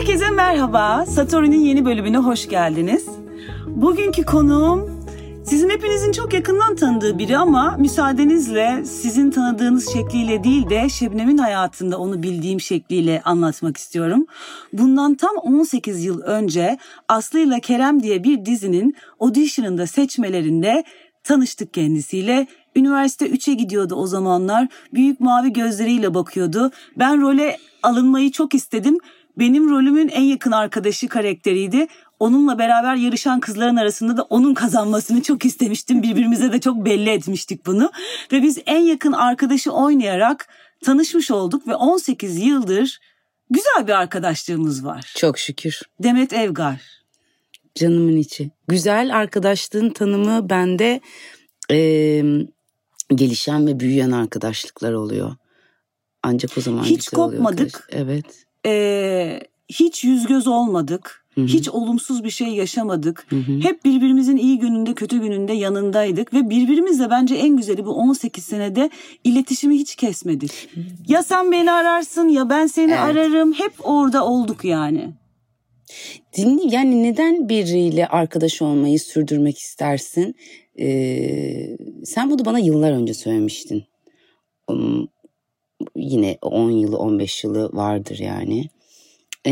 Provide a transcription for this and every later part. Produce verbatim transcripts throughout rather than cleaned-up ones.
Herkese merhaba. Satori'nin yeni bölümüne hoş geldiniz. Bugünkü konuğum sizin hepinizin çok yakından tanıdığı biri ama müsaadenizle sizin tanıdığınız şekliyle değil de Şebnem'in hayatında onu bildiğim şekliyle anlatmak istiyorum. Bundan tam on sekiz yıl önce Aslı ile Kerem diye bir dizinin audition'ında, seçmelerinde tanıştık kendisiyle. Üniversite üçe gidiyordu o zamanlar. Büyük mavi gözleriyle bakıyordu. Ben role alınmayı çok istedim. Benim rolümün en yakın arkadaşı karakteriydi. Onunla beraber yarışan kızların arasında da onun kazanmasını çok istemiştim. Birbirimize de çok belli etmiştik bunu. Ve biz en yakın arkadaşı oynayarak tanışmış olduk ve on sekiz yıldır güzel bir arkadaşlığımız var. Çok şükür. Demet Evgar. Canımın içi. Güzel arkadaşlığın tanımı bende e, gelişen ve büyüyen arkadaşlıklar oluyor. Ancak o zaman hiç güzel oluyor. kopmadık. Arkadaş. Evet. Ee, hiç yüz göz olmadık. Hı-hı. Hiç olumsuz bir şey yaşamadık. Hı-hı. Hep birbirimizin iyi gününde kötü gününde yanındaydık. Ve birbirimizle bence en güzeli bu on sekiz senede iletişimi hiç kesmedik. Hı-hı. Ya sen beni ararsın ya ben seni evet. ararım. Hep orada olduk yani. Dinle, yani neden biriyle arkadaş olmayı sürdürmek istersin? Ee, sen bunu bana yıllar önce söylemiştin. Um, yine on yılı on beş yılı vardır yani. Ee,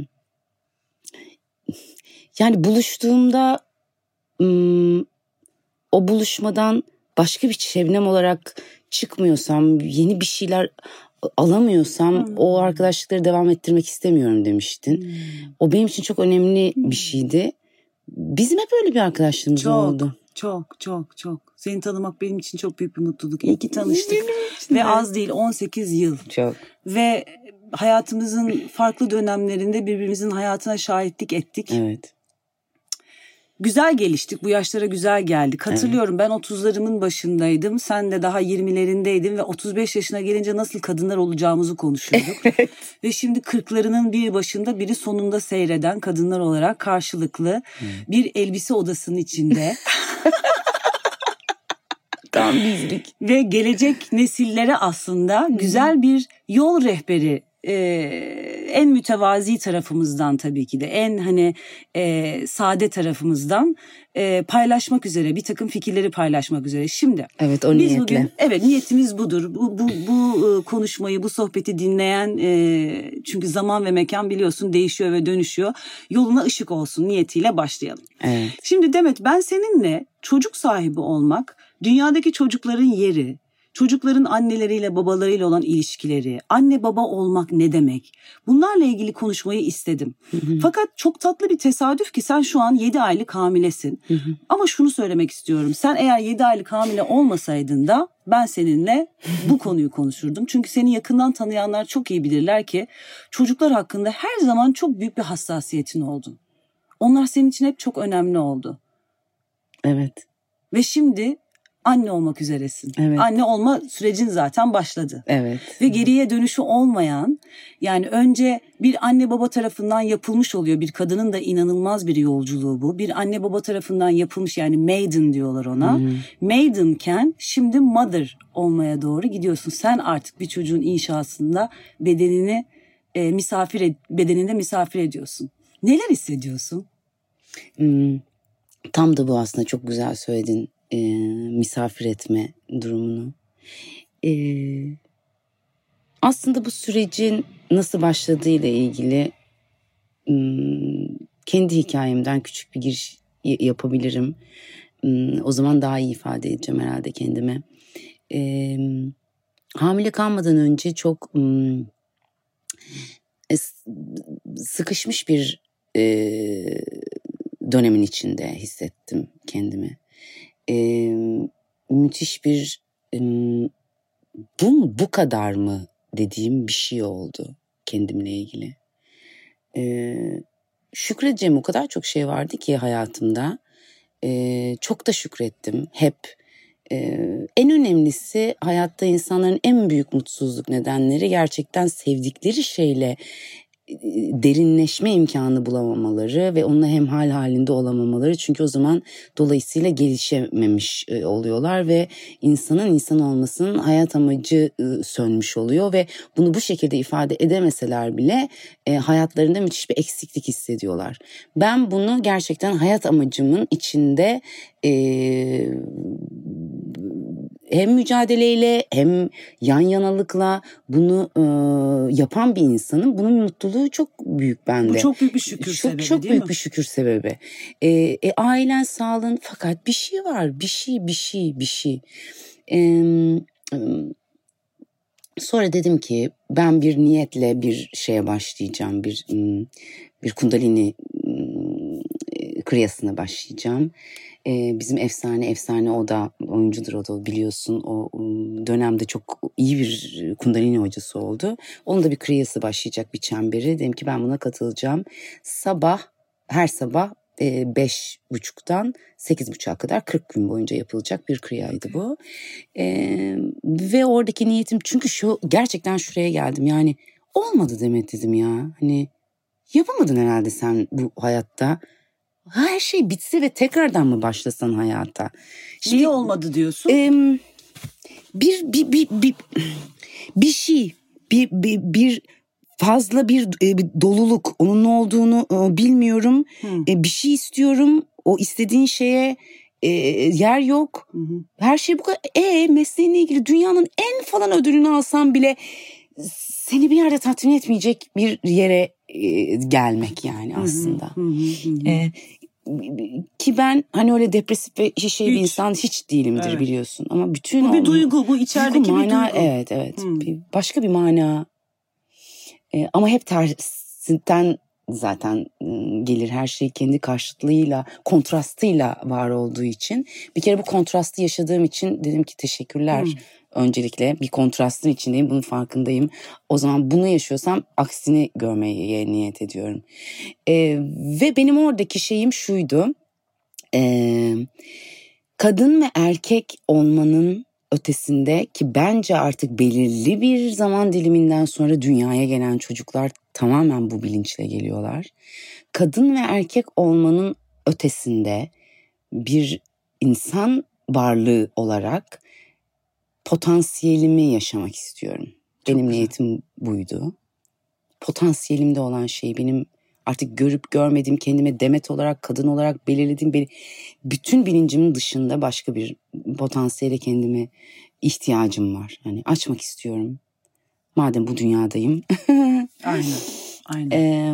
yani buluştuğumda um, o buluşmadan başka bir Şebnem olarak çıkmıyorsam, yeni bir şeyler alamıyorsam hmm. o arkadaşlıkları devam ettirmek istemiyorum demiştin. Hmm. O benim için çok önemli bir şeydi. Bizim hep öyle bir arkadaşlığımız çok, oldu. Çok çok çok. Seni tanımak benim için çok büyük bir mutluluk. İyi ki tanıştık. Ve az değil on sekiz yıl. Çok. Ve hayatımızın farklı dönemlerinde birbirimizin hayatına şahitlik ettik. Evet. Güzel geliştik. Bu yaşlara güzel geldik. Hatırlıyorum evet. Ben otuzlarımın başındaydım. Sen de daha yirmilerindeydin ve otuz beş yaşına gelince nasıl kadınlar olacağımızı konuşuyorduk. Evet. Ve şimdi kırklarının biri başında biri sonunda seyreden kadınlar olarak karşılıklı hmm. bir elbise odasının içinde. Tam bizlik. Ve gelecek nesillere aslında hmm. güzel bir yol rehberi. Ee, en mütevazi tarafımızdan tabii ki de en hani e, sade tarafımızdan e, paylaşmak üzere bir takım fikirleri paylaşmak üzere. Şimdi evet o biz niyetle. Bugün, evet niyetimiz budur. Bu bu bu konuşmayı, bu sohbeti dinleyen e, çünkü zaman ve mekan biliyorsun değişiyor ve dönüşüyor. Yoluna ışık olsun niyetiyle başlayalım. Evet. Şimdi Demet ben seninle çocuk sahibi olmak, dünyadaki çocukların yeri, çocukların anneleriyle babalarıyla olan ilişkileri, anne baba olmak ne demek? Bunlarla ilgili konuşmayı istedim. Hı hı. Fakat çok tatlı bir tesadüf ki sen şu an yedi aylık hamilesin. Hı hı. Ama şunu söylemek istiyorum. Sen eğer yedi aylık hamile olmasaydın da ben seninle bu konuyu konuşurdum. Çünkü seni yakından tanıyanlar çok iyi bilirler ki çocuklar hakkında her zaman çok büyük bir hassasiyetin oldu. Onlar senin için hep çok önemli oldu. Evet. Ve şimdi anne olmak üzeresin. Evet. Anne olma sürecin zaten başladı. Evet. Ve geriye dönüşü olmayan, yani önce bir anne baba tarafından yapılmış oluyor. Bir kadının da inanılmaz bir yolculuğu bu. Bir anne baba tarafından yapılmış, yani maiden diyorlar ona. Hmm. Maidenken şimdi mother olmaya doğru gidiyorsun. Sen artık bir çocuğun inşasında bedenini e, misafir ed- bedeninde misafir ediyorsun. Neler hissediyorsun? Hmm. Tam da bu aslında çok güzel söyledin. E, misafir etme durumunu. E, aslında bu sürecin nasıl başladığıyla ilgili m, kendi hikayemden küçük bir giriş yapabilirim. M, o zaman daha iyi ifade edeceğim herhalde kendime. E, hamile kalmadan önce çok m, sıkışmış bir e, dönemin içinde hissettim kendimi. Ee, müthiş bir e, bu mu bu kadar mı dediğim bir şey oldu kendimle ilgili. Ee, şükredeceğim o kadar çok şey vardı ki hayatımda. Ee, çok da şükrettim hep. Ee, en önemlisi hayatta insanların en büyük mutsuzluk nedenleri gerçekten sevdikleri şeyle derinleşme imkanı bulamamaları ve onunla hemhal halinde olamamaları. Çünkü o zaman dolayısıyla gelişememiş oluyorlar ve insanın insan olmasının hayat amacı sönmüş oluyor ve bunu bu şekilde ifade edemeseler bile hayatlarında müthiş bir eksiklik hissediyorlar. Ben bunu gerçekten hayat amacımın içinde e, hem mücadeleyle hem yan yanalıkla bunu e, yapan bir insanın bunun mutluluğu çok büyük bende. Bu çok büyük bir şükür çok, sebebi çok değil büyük mi? bir şükür sebebi. E, e, ailen sağlığın fakat bir şey var, bir şey, bir şey, bir şey. E, e, sonra dedim ki ben bir niyetle bir şeye başlayacağım, bir bir kundalini kriyasına başlayacağım. Ee, bizim efsane efsane o da oyuncudur, o da biliyorsun, o dönemde çok iyi bir kundalini hocası oldu. Onun da bir kriyası başlayacak, bir çemberi. Dedim ki ben buna katılacağım. Sabah, her sabah e, beş buçuktan sekiz buçuğa kadar kırk gün boyunca yapılacak bir kriyaydı bu. Ee, ve oradaki niyetim, çünkü şu gerçekten şuraya geldim, yani olmadı Demet dedim ya, hani yapamadın herhalde sen bu hayatta. Her şey bitse ve tekrardan mı başlasan hayata? Şimdi, niye olmadı diyorsun? E, bir, bir, bir, bir, bir şey, bir, bir, bir fazla bir, e, bir doluluk, onun ne olduğunu e, bilmiyorum. E, bir şey istiyorum, o istediğin şeye e, yer yok. Hı hı. Her şey bu kadar. E, mesleğinle ilgili dünyanın en falan ödülünü alsam bile seni bir yerde tatmin etmeyecek bir yere e, gelmek yani aslında. Hı hı hı. E, ki ben hani öyle depresif ve şey bir insan hiç değilimdir, evet, biliyorsun. Ama bütün bu bir o, duygu, bu içerideki duygu, mana, bir duygu. Evet, evet. Hmm. Bir, başka bir mana. E, ama hep tersinden zaten gelir her şey, kendi karşıtlığıyla, kontrastıyla var olduğu için. Bir kere bu kontrastı yaşadığım için dedim ki teşekkürler. Hmm. Öncelikle bir kontrastın içindeyim, bunun farkındayım. O zaman bunu yaşıyorsam aksini görmeye niyet ediyorum. Ee, ve benim oradaki şeyim şuydu. Ee, kadın ve erkek olmanın ötesinde, ki bence artık belirli bir zaman diliminden sonra dünyaya gelen çocuklar tamamen bu bilinçle geliyorlar. Kadın ve erkek olmanın ötesinde bir insan varlığı olarak potansiyelimi yaşamak istiyorum. Çok benim güzel. Niyetim buydu. Potansiyelimde olan şey, benim artık görüp görmediğim, kendime Demet olarak, kadın olarak belirlediğim bütün bilincimin dışında başka bir potansiyele kendime ihtiyacım var. Yani açmak istiyorum. Madem bu dünyadayım. Aynen. Aynen. Ee,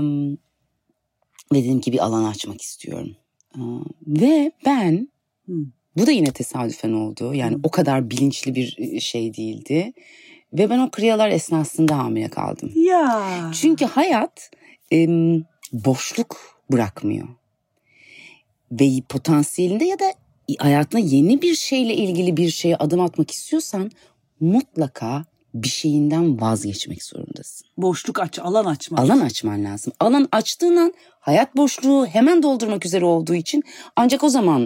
ve dedim ki bir alan açmak istiyorum. Ee, ve ben... Hmm. Bu da yine tesadüfen oldu. Yani hmm. o kadar bilinçli bir şey değildi. Ve ben o kriyalar esnasında hamile kaldım. Ya. Çünkü hayat e, boşluk bırakmıyor. Ve potansiyelinde ya da hayatına yeni bir şeyle ilgili bir şeye adım atmak istiyorsan mutlaka bir şeyinden vazgeçmek zorundasın. Boşluk aç, alan açmak. Alan açman lazım. Alan açtığın an hayat boşluğu hemen doldurmak üzere olduğu için ancak o zaman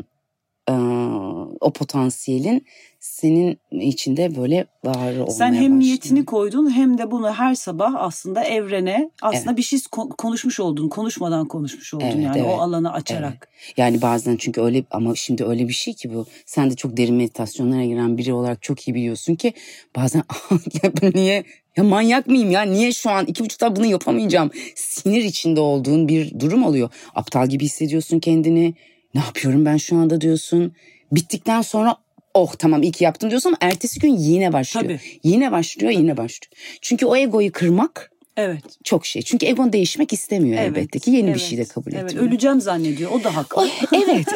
o potansiyelin senin içinde böyle var olmaya başlıyor. Sen hem başlıyor. Niyetini koydun hem de bunu her sabah aslında evrene aslında evet. bir şey konuşmuş oldun. Konuşmadan konuşmuş oldun, evet, yani evet. o alanı açarak. Evet. Yani bazen çünkü öyle, ama şimdi öyle bir şey ki bu. Sen de çok derin meditasyonlara giren biri olarak çok iyi biliyorsun ki bazen niye ya manyak mıyım ya, niye şu an iki buçukta bunu yapamayacağım, sinir içinde olduğun bir durum oluyor. Aptal gibi hissediyorsun kendini. Ne yapıyorum ben şu anda diyorsun. Bittikten sonra oh tamam iyi ki yaptım diyorsun ama ertesi gün yine başlıyor. Tabii. Yine başlıyor, Tabii. yine başlıyor. Çünkü o egoyu kırmak evet. çok şey. Çünkü egon değişmek istemiyor, evet. elbette ki. Yeni evet. bir şey de kabul evet. ediyor. Öleceğim zannediyor. O da haklı. Oh, evet.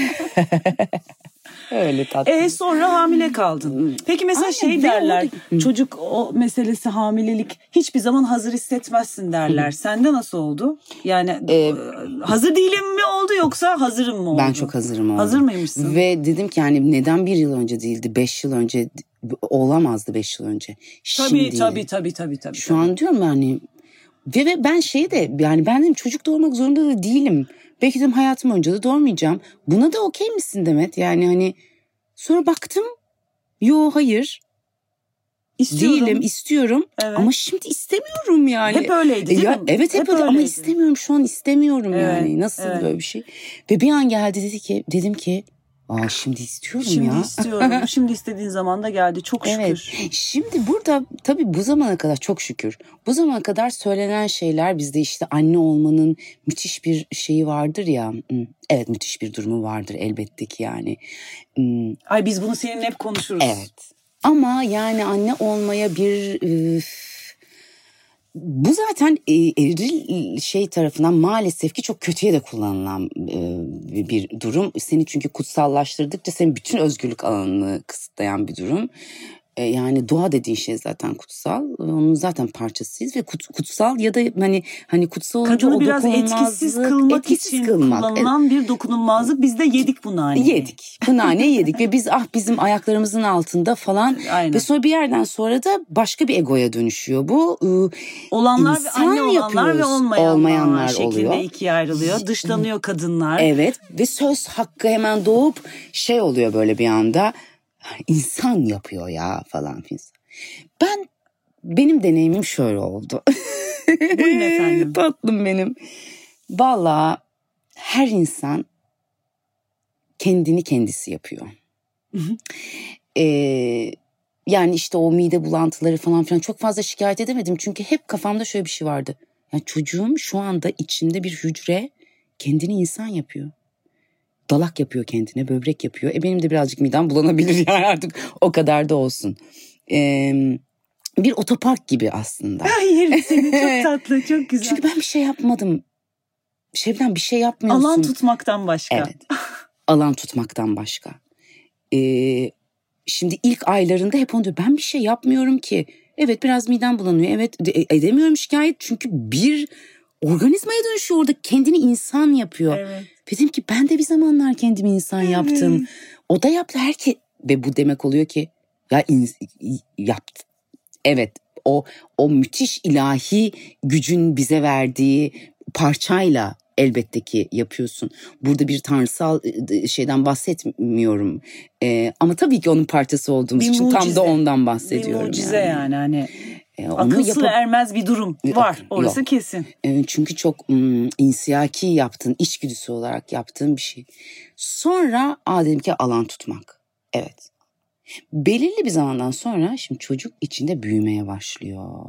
Öyle tatlı. E sonra hamile kaldın. Peki mesela Aynen, şey derler. Oldu. Çocuk o meselesi, hamilelik hiçbir zaman hazır hissetmezsin derler. Hı. Sende nasıl oldu? Yani ee, hazır değilim mi oldu yoksa hazırım mı oldu? Ben çok hazırım oldum. Hazır mıymışsın? Ve dedim ki yani neden bir yıl önce değildi? Beş yıl önce olamazdı, beş yıl önce. Tabii Şimdi, tabii tabii tabii tabii. Şu tabii. an diyorum yani ve, ve ben şey de yani ben dedim çocuk doğurmak zorunda da değilim. Belki dedim hayatım önce de doğurmayacağım. Buna da okey misin Demet? Yani hani sonra baktım yo hayır. İstiyorum. Değilim, istiyorum evet. Ama şimdi istemiyorum yani. Hep öyleydi değil ya, mi? Evet hep, hep öyle ama istemiyorum şu an istemiyorum evet, yani. Nasıl evet. Böyle bir şey? Ve bir an geldi dedi ki dedim ki aa şimdi istiyorum şimdi ya. Şimdi istiyorum. Şimdi istediğin zaman da geldi çok şükür. Evet. Şimdi burada tabii bu zamana kadar çok şükür. Bu zamana kadar söylenen şeyler bizde işte anne olmanın müthiş bir şeyi vardır ya. Evet müthiş bir durumu vardır elbette ki yani. Ay biz bunu seninle hep konuşuruz. Evet. Ama yani anne olmaya bir e, bu zaten e, eril şey tarafından maalesef ki çok kötüye de kullanılan e, bir durum. Seni çünkü kutsallaştırdıkça senin bütün özgürlük alanını kısıtlayan bir durum. E, yani doğa dediğin şey zaten kutsal. Onun zaten parçasıyız ve kut, kutsal ya da hani hani kutsal olunca kadını o biraz etkisiz kılmak etkisiz için kılmak. kullanılan bir dokunulmazlık. Biz de yedik bu naneyi. Yedik. Bu naneyi yedik ve biz ah bizim ayaklarımızın altında falan. Aynen. Ve sonra bir yerden sonra da başka bir egoya dönüşüyor bu. Olanlar ve anne olanlar ve olmayanlar, olmayanlar şeklinde oluyor. ikiye ayrılıyor. Dışlanıyor kadınlar. Evet ve söz hakkı hemen doğup şey oluyor böyle bir anda. İnsan yapıyor ya falan filan. Ben benim deneyimim şöyle oldu. Buyurun efendim. Tatlım benim. Vallahi her insan kendini kendisi yapıyor. ee, yani işte o mide bulantıları falan filan çok fazla şikayet edemedim. Çünkü hep kafamda şöyle bir şey vardı. Yani çocuğum şu anda içinde bir hücre kendini insan yapıyor. Dalak yapıyor kendine, böbrek yapıyor. E benim de birazcık midem bulanabilir yani artık o kadar da olsun. Ee, bir otopark gibi aslında. Hayır senin çok tatlı, çok güzel. Çünkü ben bir şey yapmadım. Şebnem bir şey yapmıyorsun. Alan tutmaktan başka. Evet. Alan tutmaktan başka. Ee, şimdi ilk aylarında hep onu diyor. Ben bir şey yapmıyorum ki. Evet biraz midem bulanıyor. Evet edemiyorum şikayet. Çünkü bir organizmaya dönüşüyor orada. Kendini insan yapıyor. Evet. Dedim ki ben de bir zamanlar kendimi insan evet. yaptım. O da yaptı herkes. Ve bu demek oluyor ki ya in, yaptı. Evet o o müthiş ilahi gücün bize verdiği parçayla elbette ki yapıyorsun. Burada bir tanrısal şeyden bahsetmiyorum. Ee, ama tabii ki onun parçası olduğumuz bir için mucize. Tam da ondan bahsediyorum. Bir mucize yani, yani hani e, akıl sır yap- ermez bir durum var. Orası Yok. kesin. E, çünkü çok mm, insiyaki yaptığın, içgüdüsü olarak yaptığın bir şey. Sonra aa dedim ki alan tutmak. Evet. Belirli bir zamandan sonra şimdi çocuk içinde büyümeye başlıyor.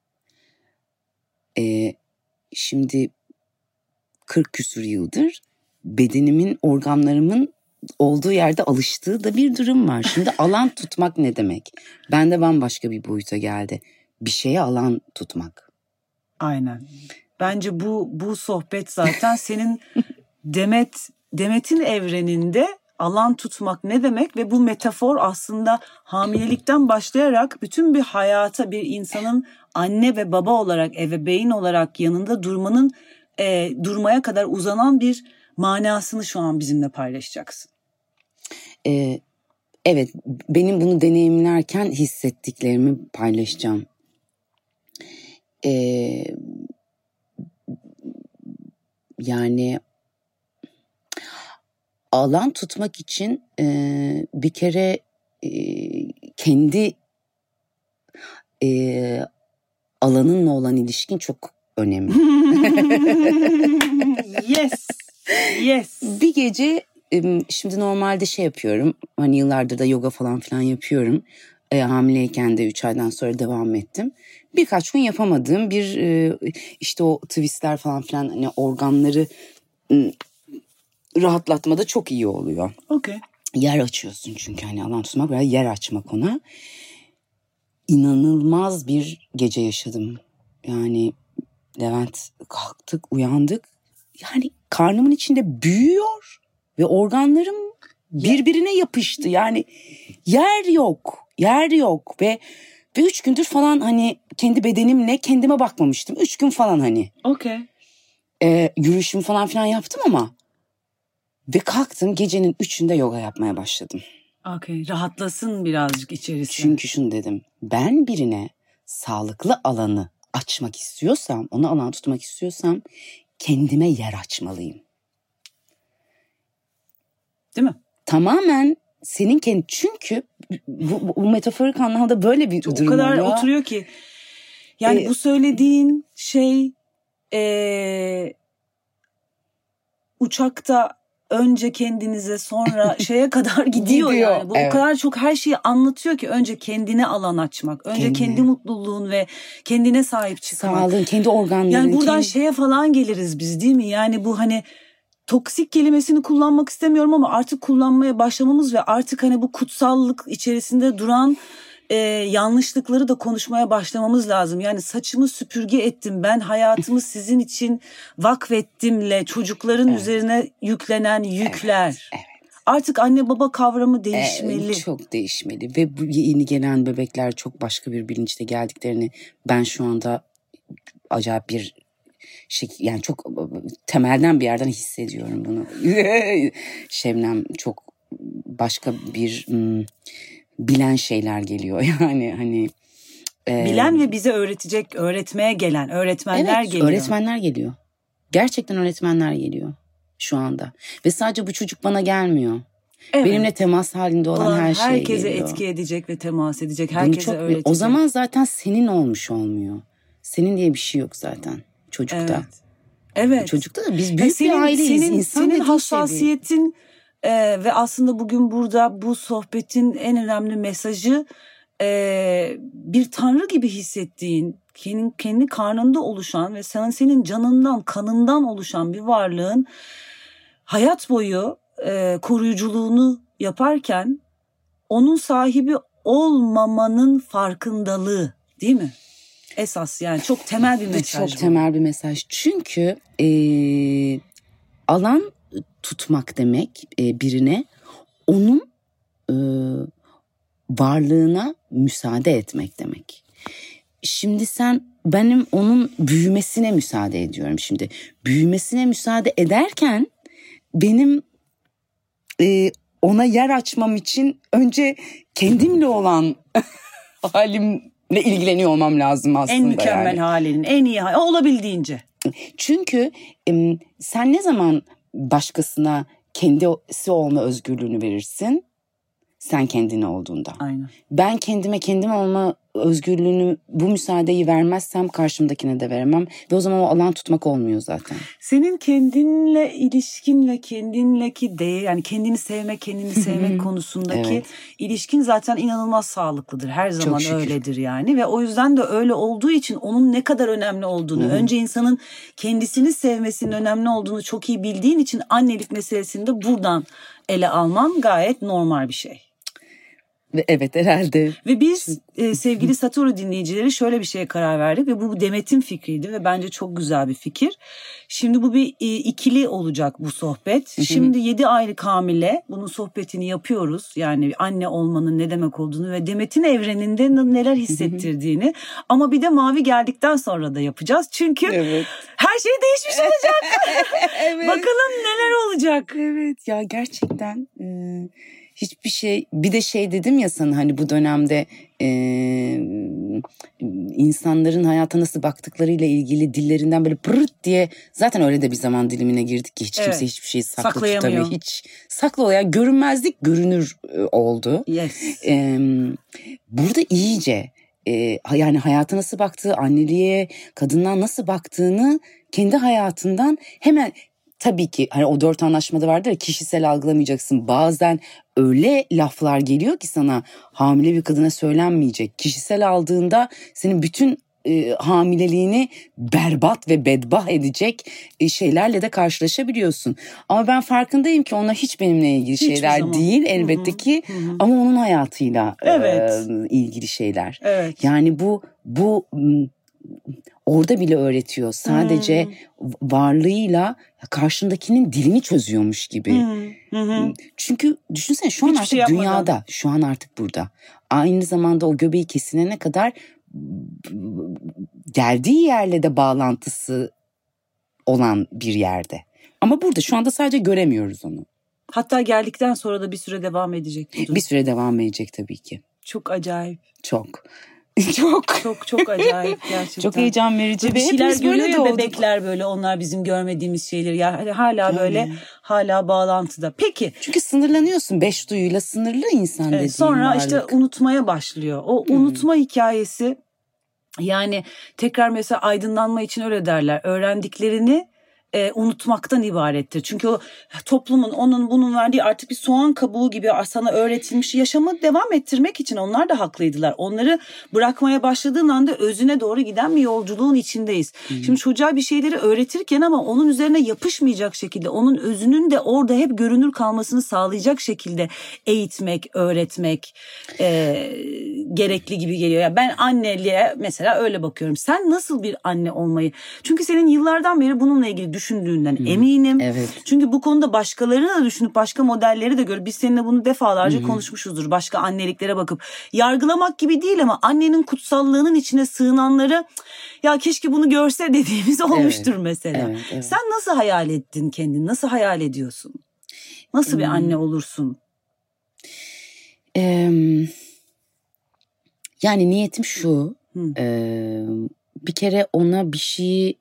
Ee, şimdi kırk küsur yıldır bedenimin, organlarımın olduğu yerde alıştığı da bir durum var. Şimdi alan tutmak ne demek? Bende bambaşka bir boyuta geldi. Bir şeye alan tutmak. Aynen. Bence bu bu sohbet zaten senin Demet Demet'in evreninde alan tutmak ne demek ve bu metafor aslında hamilelikten başlayarak bütün bir hayata bir insanın anne ve baba olarak, ebeveyn olarak yanında durmanın e, durmaya kadar uzanan bir manasını şu an bizimle paylaşacaksın. Ee, evet, benim bunu deneyimlerken hissettiklerimi paylaşacağım. Ee, yani alan tutmak için e, bir kere e, kendi e, alanınla olan ilişkin çok önemli. Yes, yes. Bir gece e, şimdi normalde şey yapıyorum. Hani yıllardır da yoga falan filan yapıyorum. E, hamileyken de üç aydan sonra devam ettim. Birkaç gün yapamadığım bir e, işte o twistler falan filan hani organları e, rahatlatmada çok iyi oluyor. Okay. Yer açıyorsun çünkü hani alan tutmak biraz yer açmak ona. İnanılmaz bir gece yaşadım. Yani Levent kalktık, uyandık. Yani karnımın içinde büyüyor ve organlarım birbirine yapıştı. Yani yer yok, yer yok ve ve üç gündür falan hani kendi bedenimle kendime bakmamıştım. Üç gün falan hani. Okay. Ee, yürüyüşüm falan filan yaptım ama ve kalktım gecenin üçünde yoga yapmaya başladım. Okay, rahatlasın birazcık içerisi. Çünkü şunu dedim, ben birine sağlıklı alanı açmak istiyorsam, ona alan tutmak istiyorsam kendime yer açmalıyım. Değil mi? Tamamen senin kendi, çünkü bu, bu metaforik anlamda böyle bir o durum kadar oluyor. oturuyor ki. Yani ee, bu söylediğin şey ee, uçakta önce kendinize sonra şeye kadar gidiyor, gidiyor yani. Bu evet. O kadar çok her şeyi anlatıyor ki önce kendine alan açmak. Önce kendine. Kendi mutluluğun ve kendine sahip çıkmak. Sağlığın, kendi organların. Yani buradan kendi... şeye falan geliriz biz, değil mi? Yani bu hani toksik kelimesini kullanmak istemiyorum ama artık kullanmaya başlamamız ve artık hani bu kutsallık içerisinde duran e, yanlışlıkları da konuşmaya başlamamız lazım. Yani saçımı süpürge ettim, ben hayatımı sizin için vakfettimle çocukların evet. üzerine yüklenen yükler. Evet, evet. Artık anne baba kavramı değişmeli. Evet, çok değişmeli ve bu yeni gelen bebekler çok başka bir bilinçte geldiklerini ben şu anda acayip bir şey, yani çok temelden bir yerden hissediyorum bunu. Şebnem çok başka bir ım, bilen şeyler geliyor yani hani. E, bilen ve bize öğretecek, öğretmeye gelen öğretmenler evet, geliyor. Öğretmenler geliyor. Gerçekten öğretmenler geliyor şu anda. Ve sadece bu çocuk bana gelmiyor. Evet. Benimle temas halinde olan, olan her şey geliyor. Herkese etki edecek ve temas edecek. Herkese çok, öğretecek. O zaman zaten senin olmuş olmuyor. Senin diye bir şey yok zaten çocukta. Evet. Evet. Çocukta da biz büyük senin, bir aileyiz. Senin, İnsan senin hassasiyetin e, ve aslında bugün burada bu sohbetin en önemli mesajı e, bir tanrı gibi hissettiğin, kendi, kendi karnında oluşan ve senin, senin canından, kanından oluşan bir varlığın hayat boyu e, koruyuculuğunu yaparken onun sahibi olmamanın farkındalığı, değil mi? Esas yani çok temel bir mesaj. Çok bu. temel bir mesaj. Çünkü e, alan tutmak demek e, birine onun e, varlığına müsaade etmek demek. Şimdi sen benim onun büyümesine müsaade ediyorum şimdi. Büyümesine müsaade ederken benim e, ona yer açmam için önce kendimle olan halim ne ilgileniyor olmam lazım aslında. En mükemmel yani. halinin, en iyi hali, olabildiğince. Çünkü e, sen ne zaman başkasına kendisi olma özgürlüğünü verirsin? Sen kendine olduğunda. Aynen. Ben kendime kendim olma özgürlüğünü, bu müsaadeyi vermezsem karşımdakine de veremem. Ve o zaman o alan tutmak olmuyor zaten. Senin kendinle ilişkin ve kendinleki değer, yani kendini sevmek, kendini sevmek konusundaki evet. ilişkin zaten inanılmaz sağlıklıdır. Her zaman öyledir yani. Ve o yüzden de öyle olduğu için onun ne kadar önemli olduğunu, Hı-hı. önce insanın kendisini sevmesinin önemli olduğunu çok iyi bildiğin için annelik meselesini de buradan ele alman gayet normal bir şey. Evet herhalde. Ve biz e, sevgili Satoru dinleyicileri şöyle bir şeye karar verdik ve bu Demet'in fikriydi ve bence çok güzel bir fikir. Şimdi bu bir e, ikili olacak bu sohbet. Şimdi yedi aylık hamile bunun sohbetini yapıyoruz. Yani anne olmanın ne demek olduğunu ve Demet'in evreninde neler hissettirdiğini ama bir de Mavi geldikten sonra da yapacağız. Çünkü evet. her şey değişmiş olacak. evet. Bakalım neler olacak. Evet ya gerçekten... E... Hiçbir şey, bir de şey dedim ya sana hani bu dönemde e, insanların hayata nasıl baktıklarıyla ilgili dillerinden böyle pırırt diye zaten öyle de bir zaman dilimine girdik ki hiç evet. kimse hiçbir şeyi saklı tutamıyor. Hiç saklı olarak görünmezlik görünür oldu. Yes. E, burada iyice e, yani hayata nasıl baktığı, anneliğe, kadından nasıl baktığını kendi hayatından hemen... Tabii ki hani o dört anlaşmada vardır ya kişisel algılamayacaksın. Bazen öyle laflar geliyor ki sana hamile bir kadına söylenmeyecek. Kişisel aldığında senin bütün e, hamileliğini berbat ve bedbah edecek e, şeylerle de karşılaşabiliyorsun. Ama ben farkındayım ki onlar hiç benimle ilgili hiç şeyler değil elbette Hı-hı. ki Hı-hı. ama onun hayatıyla evet. e, ilgili şeyler. Evet. Yani bu bu orada bile öğretiyor. Sadece hmm. varlığıyla karşındakinin dilini çözüyormuş gibi. Hmm. Hmm. Çünkü düşünsene şu an Hiçbir artık şey dünyada, şu an artık burada. Aynı zamanda o göbeği kesilene kadar geldiği yerle de bağlantısı olan bir yerde. Ama burada şu anda sadece göremiyoruz onu. Hatta geldikten sonra da bir süre devam edecek. Bir süre devam edecek tabii ki. Çok acayip. Çok. Çok. Çok çok acayip gerçekten. Çok heyecan verici. Ve hepimiz görüyor ya bebekler böyle, onlar bizim görmediğimiz şeyleri. Yani hala yani. böyle hala bağlantıda. Peki. Çünkü sınırlanıyorsun. Beş duyuyla sınırlı insan dediğin evet, sonra varlık. işte unutmaya başlıyor. O hmm. unutma hikayesi, yani tekrar mesela aydınlanma için öyle derler. Öğrendiklerini E, unutmaktan ibarettir. Çünkü o toplumun, onun bunun verdiği artık bir soğan kabuğu gibi sana öğretilmiş yaşamı devam ettirmek için onlar da haklıydılar. Onları bırakmaya başladığın anda özüne doğru giden bir yolculuğun içindeyiz. Hmm. Şimdi çocuğa bir şeyleri öğretirken ama onun üzerine yapışmayacak şekilde, onun özünün de orada hep görünür kalmasını sağlayacak şekilde eğitmek, öğretmek e, gerekli gibi geliyor. Yani ben anneliğe mesela öyle bakıyorum. Sen nasıl bir anne olmayı? Çünkü senin yıllardan beri bununla ilgili düşündüğünden hmm, eminim. Evet. Çünkü bu konuda başkalarını da düşünüp başka modelleri de görüp biz seninle bunu defalarca hmm. konuşmuşuzdur. Başka anneliklere bakıp yargılamak gibi değil ama annenin kutsallığının içine sığınanları ya keşke bunu görse dediğimiz olmuştur evet. mesela. Evet, evet. Sen nasıl hayal ettin kendini? Nasıl hayal ediyorsun? Nasıl hmm. bir anne olursun? Ee, yani niyetim şu. Hmm. E, bir kere ona bir şey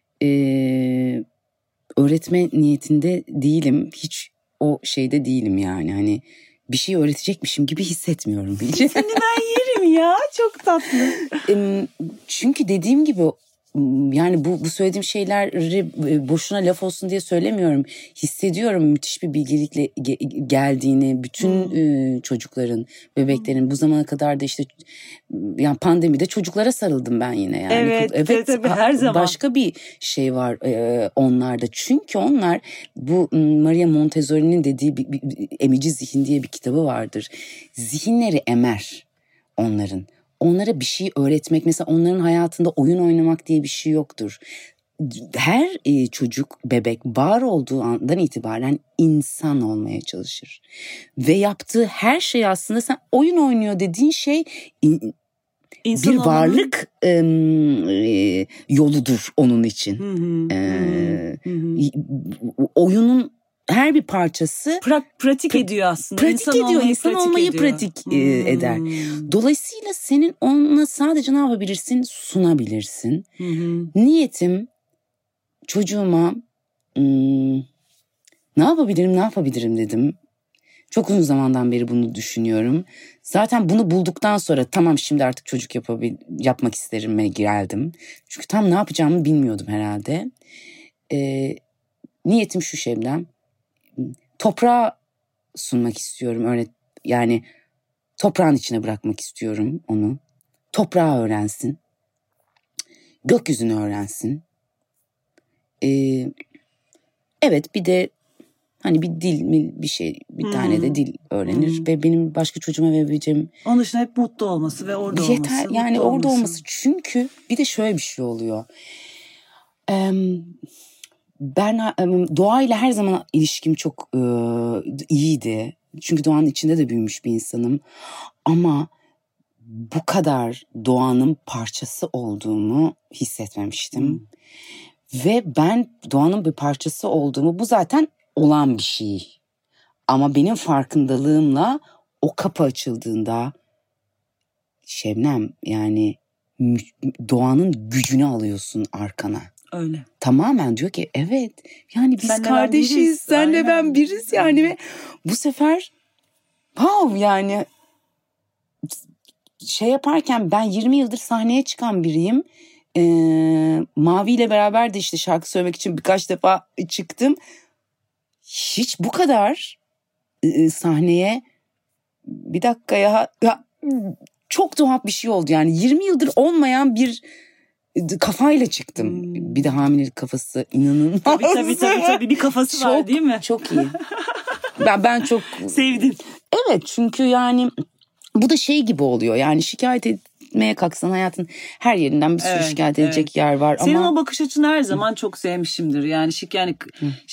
Ee, öğretme niyetinde değilim. Hiç o şeyde değilim yani. Hani bir şey öğretecekmişim gibi hissetmiyorum hiç. Seni ben yerim ya. Çok tatlı. Ee, çünkü dediğim gibi yani bu, bu söylediğim şeyleri boşuna laf olsun diye söylemiyorum. Hissediyorum müthiş bir bilgelikle ge- geldiğini bütün hmm. e, çocukların, bebeklerin bu zamana kadar da işte yani pandemide çocuklara sarıldım ben yine yani. Evet, evet, evet her zaman. Başka bir şey var e, onlarda. Çünkü onlar bu Maria Montessori'nin dediği bir, bir, bir, Emici Zihin diye bir kitabı vardır. Zihinleri emer onların. Onlara bir şey öğretmek, mesela onların hayatında oyun oynamak diye bir şey yoktur. Her e, çocuk, bebek var olduğu andan itibaren insan olmaya çalışır. Ve yaptığı her şey aslında sen oyun oynuyor dediğin şey in, bir varlık e, e, yoludur onun için. Hı hı, e, hı hı. Oyunun her bir parçası pra- pratik ediyor aslında. Pratik insan ediyor, olmayı insan pratik olmayı ediyor. pratik hmm. eder. Dolayısıyla senin onunla sadece ne yapabilirsin? Sunabilirsin. Hmm. Niyetim çocuğuma hmm, ne yapabilirim, ne yapabilirim dedim. Çok uzun zamandan beri bunu düşünüyorum. Zaten bunu bulduktan sonra tamam şimdi artık çocuk yapabil- yapmak isterime geldim. Çünkü tam ne yapacağımı bilmiyordum herhalde. Ee, niyetim şu Şebnem. Toprağa sunmak istiyorum öyle, yani toprağın içine bırakmak istiyorum onu. Toprağı öğrensin, gökyüzünü öğrensin. Ee, evet bir de hani bir dil mi bir şey bir hmm. tane de dil öğrenir hmm. ve benim başka çocuğuma verebileceğim. Onun için hep mutlu olması ve orada yeter, olması. Yeter yani orada olması. olması çünkü bir de şöyle bir şey oluyor. Ee, Ben doğayla her zaman ilişkim çok e, iyiydi. Çünkü doğanın içinde de büyümüş bir insanım. Ama bu kadar doğanın parçası olduğumu hissetmemiştim. Hmm. Ve ben doğanın bir parçası olduğumu, bu zaten olan bir şey. Ama benim farkındalığımla o kapı açıldığında Şebnem yani doğanın gücünü alıyorsun arkana. Öyle. Tamamen diyor ki evet yani biz senle kardeşiz, senle ben biriz yani. Ve bu sefer wow yani şey yaparken ben yirmi yıldır sahneye çıkan biriyim. Ee, Mavi ile beraber de işte şarkı söylemek için birkaç defa çıktım. Hiç bu kadar e, sahneye bir dakika ya, ya çok tuhaf bir şey oldu yani yirmi yıldır olmayan bir kafayla çıktım. Hmm. Bir de hamilelik kafası inanılmaz. Tabii tabii tabii, tabii. bir kafası çok, var değil mi? Çok iyi. ben ben çok sevdim. Evet çünkü yani bu da şey gibi oluyor. Yani şikayet etmeye kalksan hayatın her yerinden bir sürü evet, şikayet edecek evet. yer var. Senin ama o bakış açını her zaman çok sevmişimdir. Yani şik yani şik,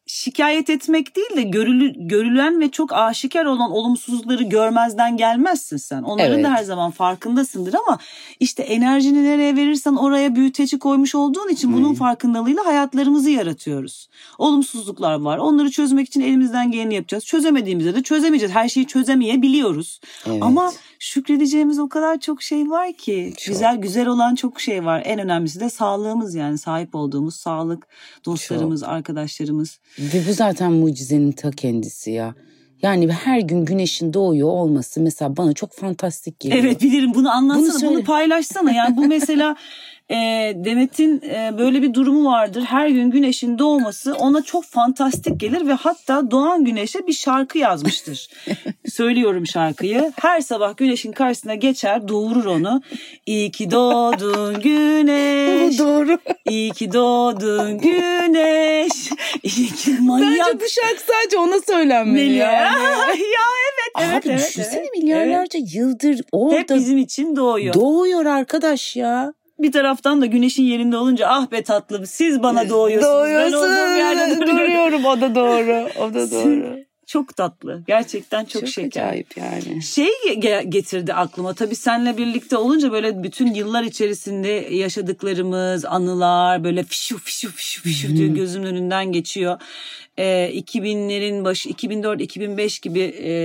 şikayet etmek değil de görülü, görülen ve çok aşikar olan olumsuzlukları görmezden gelmezsin sen. Onların Evet. da her zaman farkındasındır ama işte enerjini nereye verirsen oraya büyüteci koymuş olduğun için bunun farkındalığıyla hayatlarımızı yaratıyoruz. Olumsuzluklar var. Onları çözmek için elimizden geleni yapacağız. Çözemediğimizde de çözemeyeceğiz. Her şeyi çözemeyebiliyoruz. Evet. Ama şükredeceğimiz o kadar çok şey var ki. Çok. Güzel güzel olan çok şey var. En önemlisi de sağlığımız, yani sahip olduğumuz sağlık, dostlarımız, Çok. arkadaşlarımız. Ve bu zaten mucizenin ta kendisi ya. Yani her gün güneşin doğuyor olması mesela bana çok fantastik geliyor. Evet bilirim, bunu anlatsana, Bunu bunu, söyle. paylaşsana. Yani bu mesela e, Demet'in e, böyle bir durumu vardır. Her gün güneşin doğması ona çok fantastik gelir ve hatta doğan güneşe bir şarkı yazmıştır. Söylüyorum şarkıyı. Her sabah güneşin karşısına geçer, doğurur onu. İyi ki doğdun güneş. Bu doğru. İyi ki doğdun güneş. İyi ki manyak. Bence bu şarkı sadece ona söylenmeli ya. yani. ya evet evet. Abi evet, düşünsene evet. milyarlarca Evet. yıldır orada Hep bizim için doğuyor. doğuyor arkadaş ya. Bir taraftan da güneşin yerinde olunca ah be tatlım siz bana doğuyorsunuz. Doğuyorsun. Ben olduğum yerde duruyorum. Duruyorum, o da doğru. O da doğru. Çok tatlı. Gerçekten çok, Çok şeker. acayip yani. Şey ge- getirdi aklıma. Tabii seninle birlikte olunca böyle bütün yıllar içerisinde yaşadıklarımız, anılar böyle fişu fişu fişu fişu diye gözümün önünden geçiyor. Ee, iki binlerin başı, iki bin dört iki bin beş gibi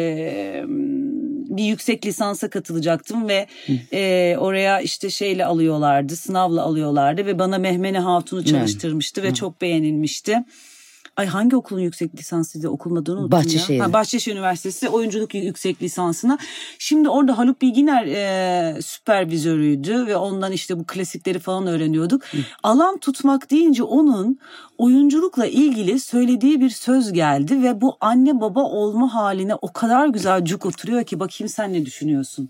e, bir yüksek lisansa katılacaktım ve e, oraya işte şeyle alıyorlardı, sınavla alıyorlardı ve bana Mehmene Hatun'u çalıştırmıştı ve çok beğenilmişti. Ay hangi okulun yüksek lisansıydı? Okulun adını unuttum Bahçeşehir. ya. Ha, Bahçeşehir Üniversitesi oyunculuk yüksek lisansına. Şimdi orada Haluk Bilginer e, süpervizörüydü ve ondan işte bu klasikleri falan öğreniyorduk. Hı. Alan tutmak deyince onun oyunculukla ilgili söylediği bir söz geldi ve bu anne baba olma haline o kadar güzel cuk oturuyor ki bakayım sen ne düşünüyorsun?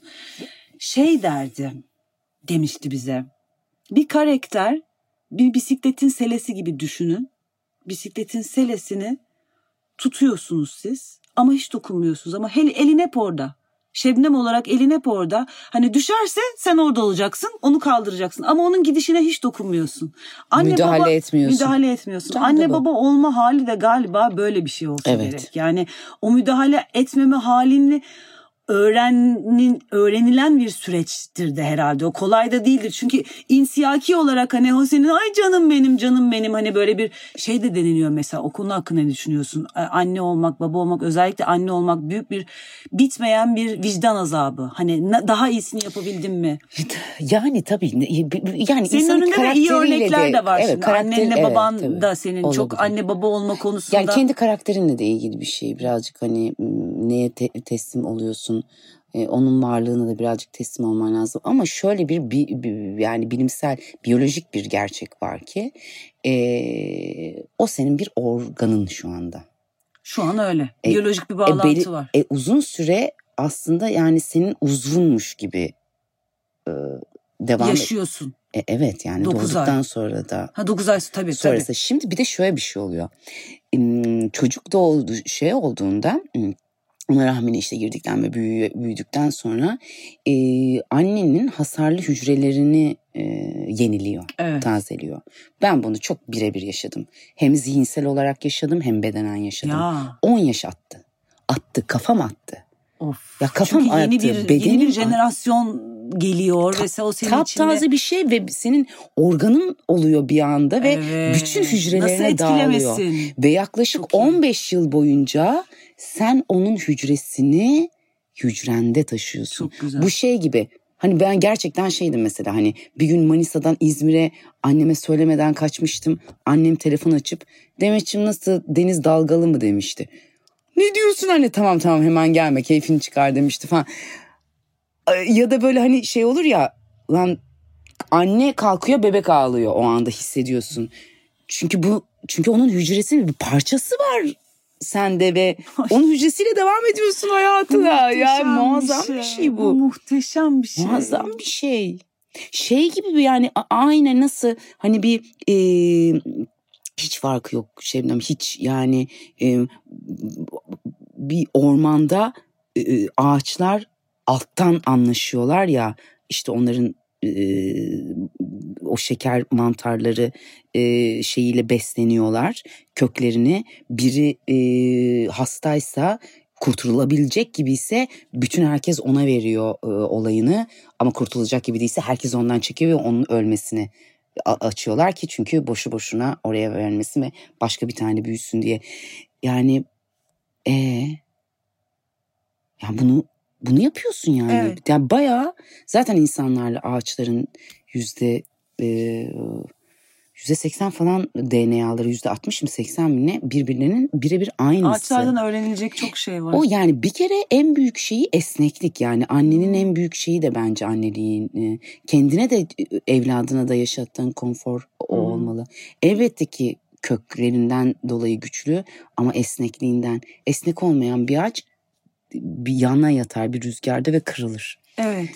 Şey derdi, demişti bize. Bir karakter bir bisikletin selesi gibi düşünün. Bisikletin selesini tutuyorsunuz siz ama hiç dokunmuyorsunuz ama el, elin hep orada. Şebnem olarak elin hep orada. Hani düşerse sen orada olacaksın, onu kaldıracaksın ama onun gidişine hiç dokunmuyorsun. Anne müdahale baba, etmiyorsun. Müdahale etmiyorsun. Tabii Anne tabii. baba olma hali de galiba böyle bir şey olsa Evet. gerek. Yani o müdahale etmeme halini öğrenin, öğrenilen bir süreçtir de herhalde. O kolay da değildir. Çünkü insiyaki olarak hani o senin ay canım benim canım benim hani böyle bir şey de deniliyor mesela. O konu hakkında ne düşünüyorsun? Anne olmak, baba olmak, özellikle anne olmak büyük bir bitmeyen bir vicdan azabı. Hani daha iyisini yapabildim mi? Yani tabii yani senin önünde de iyi örnekler de, de var evet, şimdi. Karakter, Annenle evet, baban tabii. da senin olabilir. Çok anne baba olma konusunda. Yani kendi karakterinle de ilgili bir şey. Birazcık hani neye te- teslim oluyorsun? Ee, onun varlığına da birazcık teslim olman lazım. Ama şöyle bir, bir, bir yani bilimsel, biyolojik bir gerçek var ki e, o senin bir organın şu anda. Şu an öyle. E, Biyolojik bir bağlantı e, beli, var. E, uzun süre aslında yani senin uzvunmuş gibi e, devam yaşıyorsun. E, evet yani doğduktan ay. sonra da. Ha dokuz ay tabii sonrası. tabii. Şimdi bir de şöyle bir şey oluyor. Çocuk doğdu şey olduğunda ona rahmine işte girdikten ve büyü, büyüdükten sonra e, annenin hasarlı hücrelerini e, yeniliyor, evet. tazeliyor. Ben bunu çok birebir yaşadım. Hem zihinsel olarak yaşadım hem bedenen yaşadım. Ya. on yaş attı. Attı, kafam attı. Of. Ya kafam Çünkü yeni attı, bir yeni bir jenerasyon geliyor ve o senin Tap içinde taze bir şey ve senin organın oluyor bir anda ve evet. bütün hücrelerine dağılıyor. Ve yaklaşık çok on beş iyi. yıl boyunca sen onun hücresini hücrende taşıyorsun. Çok güzel. Bu şey gibi. Hani ben gerçekten şeydim mesela hani bir gün Manisa'dan İzmir'e anneme söylemeden kaçmıştım. Annem telefon açıp Demetciğim nasıl deniz dalgalı mı demişti. Ne diyorsun anne tamam tamam hemen gelme keyfini çıkar demişti falan. Ya da böyle hani şey olur ya lan anne kalkıyor bebek ağlıyor o anda hissediyorsun. Çünkü bu çünkü onun hücresinin bir parçası var sende ve onun hücresiyle devam ediyorsun hayatına. Yani muazzam bir şey, bir şey bu. bu. Muhteşem bir şey. Muazzam bir şey. Şey gibi bir yani aynen nasıl hani bir e, hiç farkı yok Şebnem hiç yani e, bir ormanda e, ağaçlar alttan anlaşıyorlar ya işte onların e, o şeker mantarları e, şeyiyle besleniyorlar köklerini. Biri e, hastaysa, kurtulabilecek gibi ise bütün herkes ona veriyor e, olayını, ama kurtulacak gibi değilse herkes ondan çekiyor ve onun ölmesini açıyorlar ki çünkü boşu boşuna oraya vermesi ve başka bir tane büyüsün diye. Yani e ya bunu bunu yapıyorsun yani. Evet. Yani bayağı zaten insanlarla ağaçların yüzde e, yüzde seksen falan D N A'ları, yüzde altmış mı seksen mi ne birbirlerinin birebir aynısı. Ağaçlardan öğrenilecek çok şey var. O yani bir kere en büyük şeyi esneklik, yani annenin en büyük şeyi de bence anneliğin. Kendine de evladına da yaşattığın konfor o hmm. olmalı. Elbette ki köklerinden dolayı güçlü ama esnekliğinden. Esnek olmayan bir ağaç bir yana yatar bir rüzgarda ve kırılır. Evet.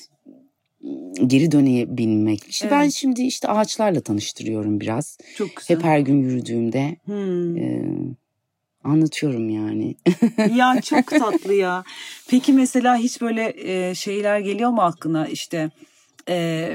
Geri dönebilmek. İşte evet. Ben şimdi işte ağaçlarla tanıştırıyorum biraz. Çok güzel. Hep her gün yürüdüğümde hmm. e, anlatıyorum yani. Ya çok tatlı ya. Peki mesela hiç böyle e, şeyler geliyor mu aklına? İşte e,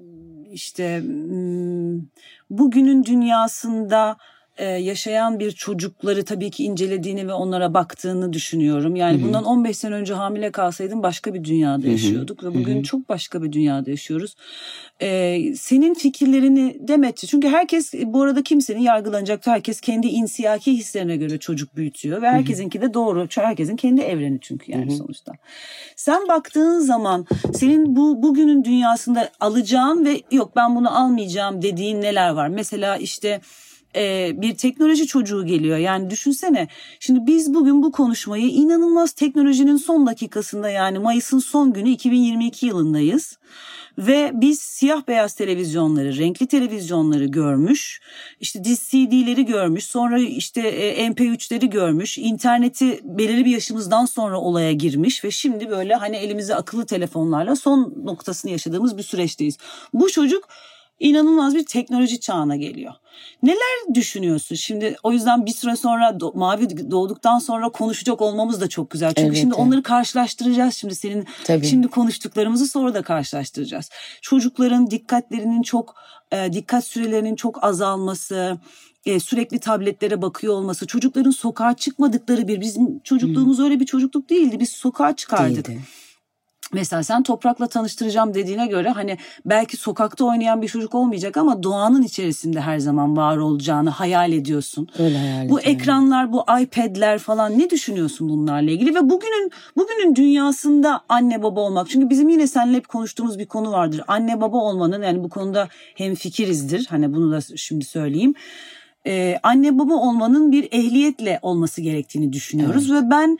işte m, bugünün dünyasında e, yaşayan bir çocukları tabii ki incelediğini ve onlara baktığını düşünüyorum. Yani Hı-hı. bundan on beş sene önce hamile kalsaydım başka bir dünyada Hı-hı. yaşıyorduk ve bugün Hı-hı. çok başka bir dünyada yaşıyoruz. E, senin fikirlerini Demetçi, çünkü herkes, bu arada kimsenin yargılanacak, herkes kendi insiyaki hislerine göre çocuk büyütüyor ve herkesinki de doğru. Herkesin kendi evreni çünkü yani Hı-hı. sonuçta. Sen baktığın zaman senin bu bugünün dünyasında alacağın ve yok ben bunu almayacağım dediğin neler var? Mesela işte Ee, bir teknoloji çocuğu geliyor. Yani düşünsene, şimdi biz bugün bu konuşmayı inanılmaz teknolojinin son dakikasında, yani Mayıs'ın son günü iki bin yirmi iki yılındayız. Ve biz siyah beyaz televizyonları, renkli televizyonları görmüş, işte C D'leri görmüş, sonra işte M P üçleri görmüş, interneti belirli bir yaşımızdan sonra olaya girmiş ve şimdi böyle hani elimize akıllı telefonlarla son noktasını yaşadığımız bir süreçteyiz. Bu çocuk İnanılmaz bir teknoloji çağına geliyor. Neler düşünüyorsun? Şimdi o yüzden bir süre sonra do- Mavi doğduktan sonra konuşacak olmamız da çok güzel. Çünkü evet, şimdi evet. onları karşılaştıracağız. Şimdi senin Tabii. şimdi konuştuklarımızı sonra da karşılaştıracağız. Çocukların dikkatlerinin çok, e, dikkat sürelerinin çok azalması, e, sürekli tabletlere bakıyor olması, çocukların sokağa çıkmadıkları bir, bizim çocukluğumuz hmm. öyle bir çocukluk değildi. Biz sokağa çıkardık. Değildi. Mesela sen toprakla tanıştıracağım dediğine göre hani belki sokakta oynayan bir çocuk olmayacak ama doğanın içerisinde her zaman var olacağını hayal ediyorsun. Öyle hayal Bu ekranlar, bu iPad'ler falan, ne düşünüyorsun bunlarla ilgili? Ve bugünün bugünün dünyasında anne baba olmak. Çünkü bizim yine seninle hep konuştuğumuz bir konu vardır. Anne baba olmanın, yani bu konuda hemfikirizdir. Hani bunu da şimdi söyleyeyim. Ee, anne baba olmanın bir ehliyetle olması gerektiğini düşünüyoruz. Evet. Ve ben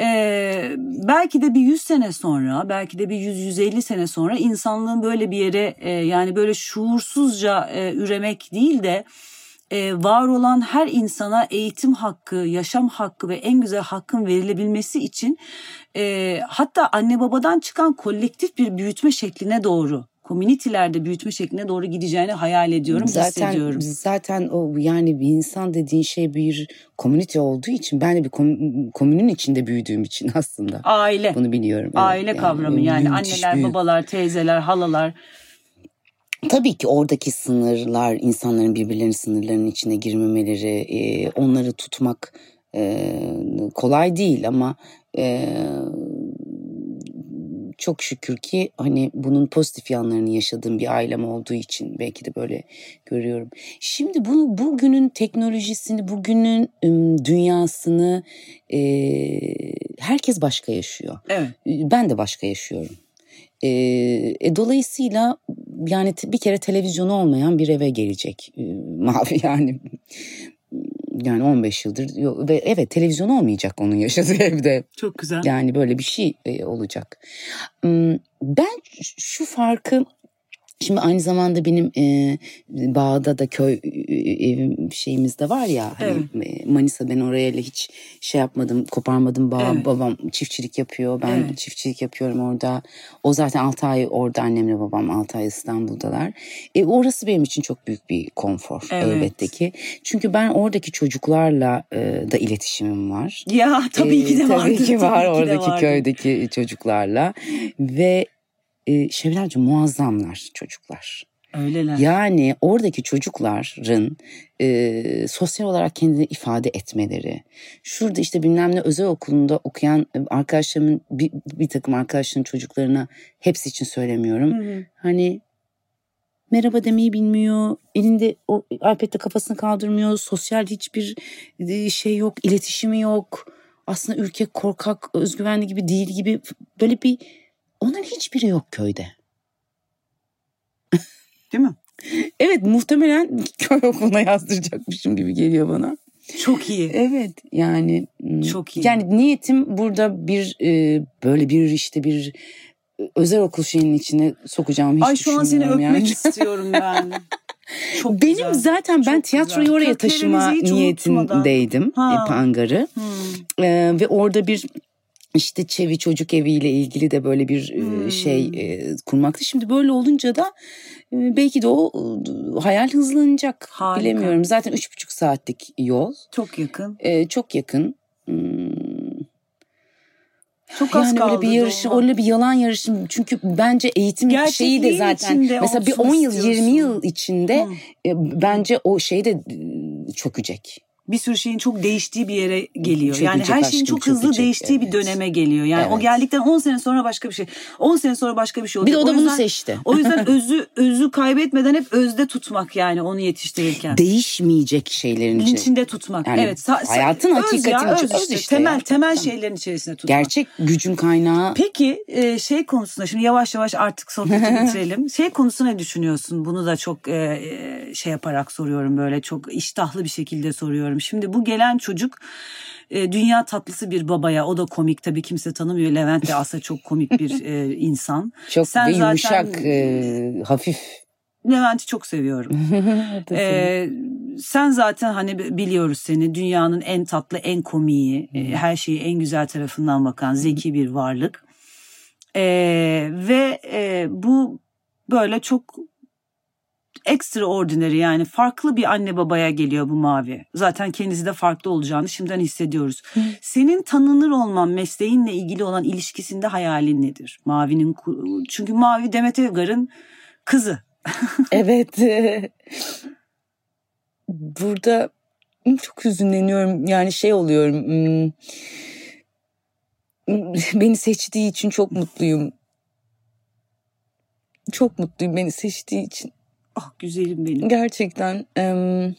e, belki de bir yüz sene sonra, belki de bir yüz yüz elli sene sonra insanlığın böyle bir yere e, yani böyle şuursuzca e, üremek değil de e, var olan her insana eğitim hakkı, yaşam hakkı ve en güzel hakkın verilebilmesi için e, hatta anne babadan çıkan kolektif bir büyütme şekline doğru, komünitelerde büyütme şekline doğru gideceğini hayal ediyorum, zaten, hissediyorum. Zaten o, yani bir insan dediğin şey bir komünite olduğu için, ben de bir kom- komünün içinde büyüdüğüm için aslında. Aile. Bunu biliyorum. Aile evet, kavramı yani, yani anneler, büyük. babalar, teyzeler, halalar. Tabii ki oradaki sınırlar, insanların birbirlerinin sınırlarının içine girmemeleri, onları tutmak kolay değil ama çok şükür ki hani bunun pozitif yanlarını yaşadığım bir ailem olduğu için belki de böyle görüyorum. Şimdi bu bugünün teknolojisini, bugünün ım, dünyasını e, herkes başka yaşıyor. Evet. Ben de başka yaşıyorum. E, e, dolayısıyla yani bir kere televizyonu olmayan bir eve gelecek e, Mavi yani. Yani on beş yıldır ve evet, televizyon olmayacak onun yaşadığı evde. Çok güzel. Yani böyle bir şey olacak. Ben şu farkı, şimdi aynı zamanda benim e, bağda da köy evim şeyimiz de var ya. Evet. Hani Manisa, ben oraya hiç şey yapmadım, koparmadım bağ. Evet. Babam çiftçilik yapıyor, ben evet. çiftçilik yapıyorum orada. O zaten altı ay orada, annemle babam altı ay İstanbul'dalar. E, orası benim için çok büyük bir konfor, evet. elbette ki. Çünkü ben oradaki çocuklarla e, da iletişimim var. Ya tabii ki de var. Tabii ki var, tabii oradaki ki köydeki çocuklarla ve E, Şevval'cığım muazzamlar çocuklar. Öyleler. Yani oradaki çocukların e, sosyal olarak kendini ifade etmeleri. Şurada işte bilmem ne özel okulunda okuyan arkadaşlarımın bir, bir takım arkadaşların çocuklarına hepsi için söylemiyorum. Hı hı. Hani merhaba demeyi bilmiyor. Elinde o iPad'de kafasını kaldırmıyor. Sosyal hiçbir şey yok. İletişimi yok. Aslında ürkek, korkak, özgüvenli gibi değil gibi. Böyle bir onların hiçbiri yok köyde. Değil mi? Evet, muhtemelen köy okuluna yazdıracakmışım gibi geliyor bana. Çok iyi. Evet yani. Çok iyi. Yani niyetim burada bir e, böyle bir işte bir özel okul şeyinin içine sokacağım hiç Ay şu an seni öpmek yani. istiyorum ben. Çok Benim güzel. Zaten ben Çok tiyatroyu güzel. Oraya taşıma niyetindeydim. E, Pangar'ı. Hmm. E, ve orada bir işte Çevi Çocuk Evi ile ilgili de böyle bir hmm. şey e, kurmaktı. Şimdi böyle olunca da e, belki de o e, hayal hızlanacak. Harika. Bilemiyorum. Zaten üç buçuk saatlik yol. Çok yakın. E, çok yakın. Hmm. Çok az yani kaldı. Öyle bir yarışım, öyle bir yalan yarışım. Çünkü bence eğitim şeyi de zaten mesela bir on yıl yirmi yıl içinde hmm. e, bence o şey de çökecek. Bir sürü şeyin çok değiştiği bir yere geliyor. Çökecek, yani her şeyin çok hızlı çökecek, değiştiği evet. bir döneme geliyor. Yani evet. o geldikten on sene sonra başka bir şey. on sene sonra başka bir şey olacak. Bir de o da o yüzden, bunu seçti. O yüzden özü özü kaybetmeden hep özde tutmak yani onu yetiştirirken. Değişmeyecek şeylerin içinde. içinde tutmak. Yani evet. Sa- hayatın hakikatini öz, öz işte, işte temel ya. temel şeylerin içerisinde tutmak. Gerçek gücün kaynağı. Peki şey konusunda şimdi yavaş yavaş artık sohbeti bitirelim. Şey konusunda ne düşünüyorsun? Bunu da çok şey yaparak soruyorum, böyle çok iştahlı bir şekilde soruyorum. Şimdi bu gelen çocuk e, dünya tatlısı bir babaya, o da komik tabii, kimse tanımıyor. Levent de aslında çok komik bir e, insan. Çok Sen ve yumuşak, zaten, e, hafif. Levent'i çok seviyorum. ee, sen zaten hani biliyoruz seni, dünyanın en tatlı, en komiği, e, her şeyi en güzel tarafından bakan zeki bir varlık. E, ve e, bu böyle çok extraordinary, yani farklı bir anne babaya geliyor bu Mavi. Zaten kendisi de farklı olacağını şimdiden hissediyoruz. Hı. Senin tanınır olman, mesleğinle ilgili olan ilişkisinde hayalin nedir? Mavi'nin, çünkü Mavi Demet Evgar'ın kızı. Evet. Burada çok hüzünleniyorum. Yani şey oluyorum. Beni seçtiği için çok mutluyum. Çok mutluyum beni seçtiği için. Ah güzelim benim. Gerçekten. Um,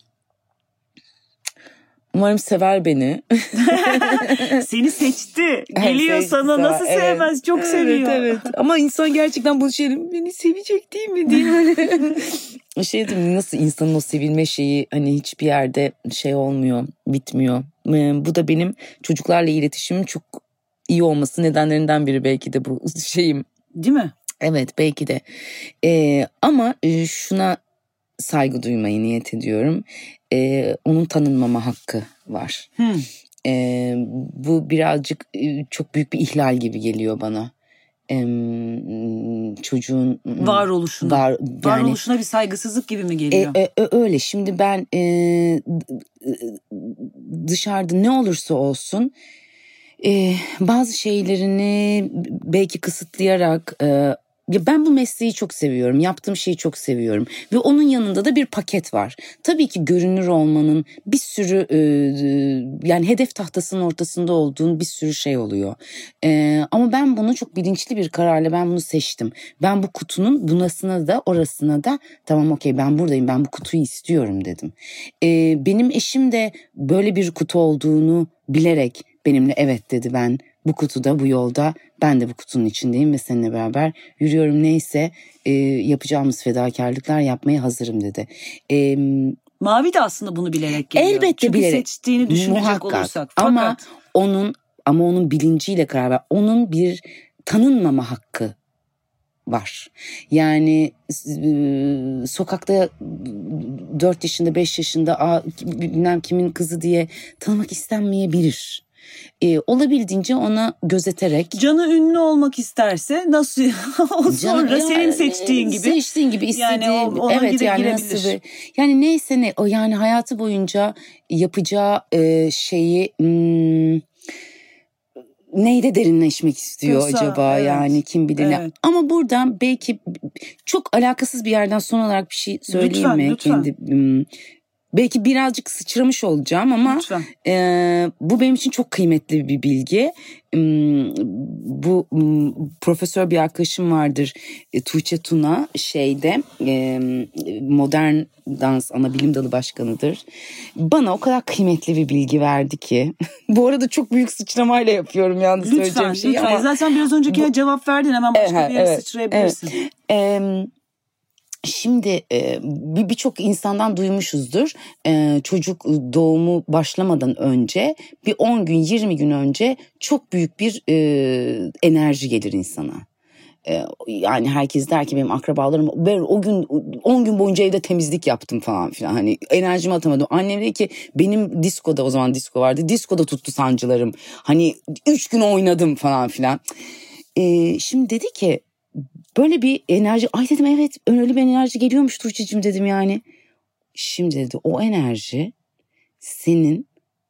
umarım sever beni. Seni seçti. Geliyor evet, sana sever. Nasıl evet. sevmez? Çok evet, seviyor. Evet evet. Ama insan gerçekten bu şeyleri beni sevecek değil mi diye böyle. Şey diyeyim, nasıl insanın o sevilme şeyi hani hiçbir yerde şey olmuyor, bitmiyor. Bu da benim çocuklarla iletişimim çok iyi olması nedenlerinden biri belki de bu şeyim. Değil mi? Evet belki de. Ee, ama şuna saygı duymayı niyet ediyorum. Ee, onun tanınmama hakkı var. Hmm. Ee, bu birazcık çok büyük bir ihlal gibi geliyor bana. Ee, çocuğun varoluşuna, var, yani, varoluşuna bir saygısızlık gibi mi geliyor? E, e, öyle. Şimdi ben e, dışarıda ne olursa olsun e, bazı şeylerini belki kısıtlayarak e, ya ben bu mesleği çok seviyorum. Yaptığım şeyi çok seviyorum. Ve onun yanında da bir paket var. Tabii ki görünür olmanın bir sürü e, yani hedef tahtasının ortasında olduğun bir sürü şey oluyor. E, ama ben bunu çok bilinçli bir kararla ben bunu seçtim. Ben bu kutunun bunasına da orasına da tamam okey ben buradayım, ben bu kutuyu istiyorum dedim. E, benim eşim de böyle bir kutu olduğunu bilerek benimle evet dedi, ben bu kutuda, bu yolda, ben de bu kutunun içindeyim ve seninle beraber yürüyorum, neyse e, yapacağımız fedakarlıklar yapmaya hazırım dedi. E, Mavi de aslında bunu bilerek geliyor. Elbette Çünkü bilerek. seçtiğini düşünecek muhakkak olursak. Fakat... Ama onun ama onun bilinciyle karar ver. Onun bir tanınmama hakkı var. Yani e, sokakta dört yaşında, beş yaşında a, bilmem kimin kızı diye tanımak istenmeyebilir. Ee, olabildiğince ona gözeterek. Canı ünlü olmak isterse nasıl o sonra Canı, senin yani, seçtiğin gibi. Seçtiğin gibi istediğin. Yani o, evet yani girebilir. Nasıl bir, yani neyse ne o, yani hayatı boyunca yapacağı e, şeyi hmm, neyde derinleşmek istiyor Yoksa, acaba evet, yani kim bilir ne. evet. Ama buradan belki çok alakasız bir yerden son olarak bir şey söyleyeyim lütfen, mi? Lütfen Kendi, belki birazcık sıçramış olacağım ama e, bu benim için çok kıymetli bir bilgi. E, bu e, profesör bir arkadaşım vardır, e, Tuğçe Tuna, şeyde e, modern dans ana bilim dalı başkanıdır. Bana o kadar kıymetli bir bilgi verdi ki. Bu arada çok büyük sıçramayla yapıyorum yalnız lütfen, söyleyeceğim şeyi lütfen. ama. Zaten biraz öncekine bu, cevap verdin, hemen başka evet, bir yere evet, sıçrayabilirsin. Evet. Evet. Şimdi birçok insandan duymuşuzdur, çocuk doğumu başlamadan önce bir on gün yirmi gün önce çok büyük bir enerji gelir insana. Yani herkes der ki benim akrabalarım ben o gün on gün boyunca evde temizlik yaptım falan filan, hani enerjimi atamadım. Annem dedi ki benim diskoda, o zaman disko vardı, diskoda tuttu sancılarım, hani üç gün oynadım falan filan. Şimdi dedi ki böyle bir enerji, ay dedim evet öyle bir enerji geliyormuş Tuğçe'cim dedim yani. Şimdi dedi o enerji senin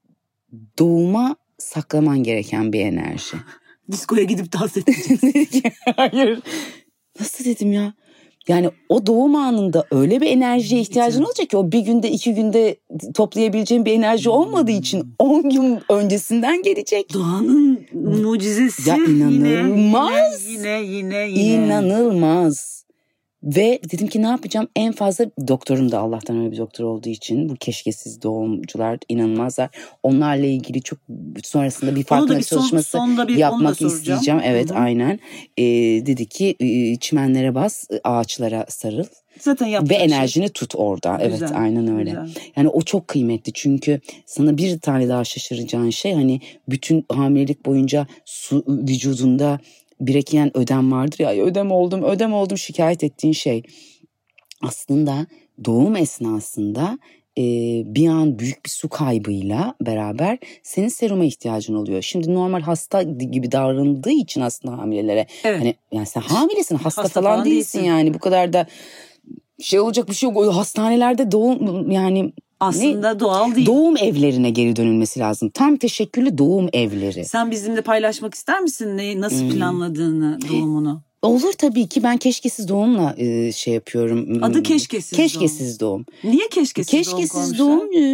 doğuma saklaman gereken bir enerji. Diskoya gidip dans edeceksin. Hayır. Nasıl dedim ya? Yani o doğum anında öyle bir enerjiye ihtiyacın olacak ki o bir günde iki günde toplayabileceğin bir enerji olmadığı için on gün öncesinden gelecek. Doğanın mucizesi. Ya inanılmaz. Yine yine yine yine. İnanılmaz. Ve dedim ki ne yapacağım? En fazla doktorum da Allah'tan öyle bir doktor olduğu için, bu keşkesiz doğumcular inanılmazlar. Onlarla ilgili çok sonrasında bir farkındalık çalışması son, bir, yapmak isteyeceğim. Evet, Hı-hı. aynen. Ee, dedi ki çimenlere bas, ağaçlara sarıl. Zaten ve enerjini şey. tut orada. Güzel, evet, aynen öyle. Güzel. Yani o çok kıymetli çünkü sana bir tane daha şaşıracağın şey, hani bütün hamilelik boyunca su vücudunda biriken ödem vardır ya, ödem oldum ödem oldum şikayet ettiğin şey aslında doğum esnasında e, bir an büyük bir su kaybıyla beraber senin seruma ihtiyacın oluyor. Şimdi normal hasta gibi davranıldığı için aslında hamilelere, evet. hani yani sen hamilesin, hasta, hasta falan, falan değilsin, değilsin yani, bu kadar da şey olacak bir şey yok. Hastanelerde doğum yani aslında ne? Doğal değil. Doğum evlerine geri dönülmesi lazım. Tam teşekküllü doğum evleri. Sen bizimle paylaşmak ister misin ne, nasıl hmm. planladığını, doğumunu? Olur tabii ki. Ben keşkesiz doğumla e, şey yapıyorum. Adı keşkesiz, keşkesiz doğum. doğum. Niye keşkesiz, keşkesiz doğum koymuşlar? Keşkesiz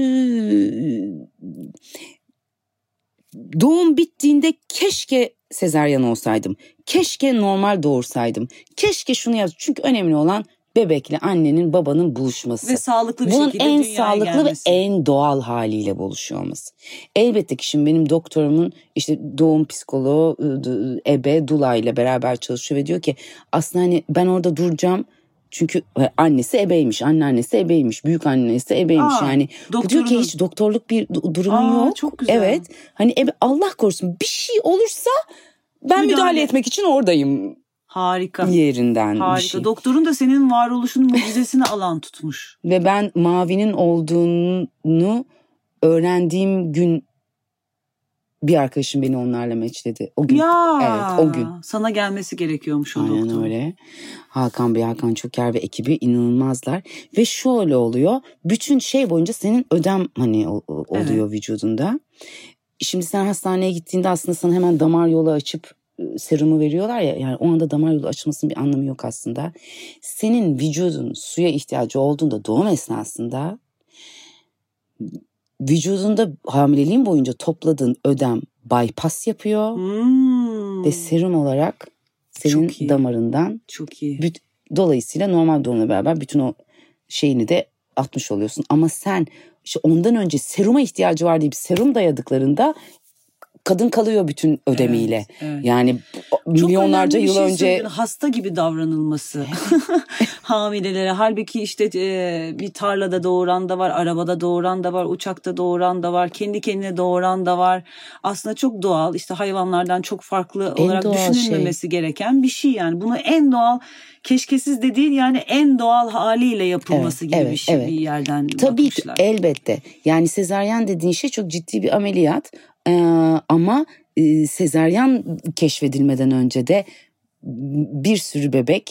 doğum e, doğum bittiğinde keşke sezaryen olsaydım. Keşke normal doğursaydım. Keşke şunu yap. Çünkü önemli olan bebekle annenin babanın buluşması. Ve sağlıklı bir Bunun şekilde en dünyaya sağlıklı gelmesi. ve en doğal haliyle buluşuyor olması. Elbette ki şimdi benim doktorumun işte doğum psikoloğu ebe Dula ile beraber çalışıyor ve diyor ki aslında hani ben orada duracağım. Çünkü annesi ebeymiş, anneannesi ebeymiş, büyük annesi ebeymiş. Aa, yani doktorun... diyor ki hiç doktorluk bir durumu Aa, yok. Çok güzel. Evet. Hani ebe, Allah korusun bir şey olursa ben müdahale, müdahale etmek için oradayım. Harika. Yerinden Harika. bir şey. Doktorun da senin varoluşunun mucizesini alan tutmuş. Ve ben Mavi'nin olduğunu öğrendiğim gün bir arkadaşım beni onlarla meçledi. O gün. Ya, evet, o gün. Sana gelmesi gerekiyormuş o Aynen doktor. öyle. Hakan Bey, Hakan Çöker ve ekibi inanılmazlar. Ve şöyle oluyor. Bütün şey boyunca senin ödem hani oluyor evet. vücudunda. Şimdi sen hastaneye gittiğinde aslında sana hemen damar yolu açıp serumu veriyorlar ya, yani o anda damar yolu açılmasının bir anlamı yok aslında. Senin vücudun suya ihtiyacı olduğunda doğum esnasında vücudunda hamileliğin boyunca topladığın ödem bypass yapıyor hmm. ve serum olarak senin Çok damarından Çok iyi. Büt, dolayısıyla normal doğumla beraber bütün o şeyini de atmış oluyorsun. Ama sen işte ondan önce seruma ihtiyacı var deyip serum dayadıklarında kadın kalıyor bütün ödemiyle. Evet, evet. Yani milyonlarca yıl şey önce söyledin, hasta gibi davranılması hamilelere. Halbuki işte e, bir tarlada doğuran da var, arabada doğuran da var, uçakta doğuran da var, kendi kendine doğuran da var. Aslında çok doğal, işte hayvanlardan çok farklı en olarak düşünülmemesi şey. gereken bir şey yani. Bunu en doğal, keşkesiz de değil yani en doğal haliyle yapılması evet, gibi evet, bir şey evet. bir yerden Tabii bakmışlar. Tabii elbette. Yani sezaryen dediğin şey çok ciddi bir ameliyat. Ee, ama e, sezaryen keşfedilmeden önce de bir sürü bebek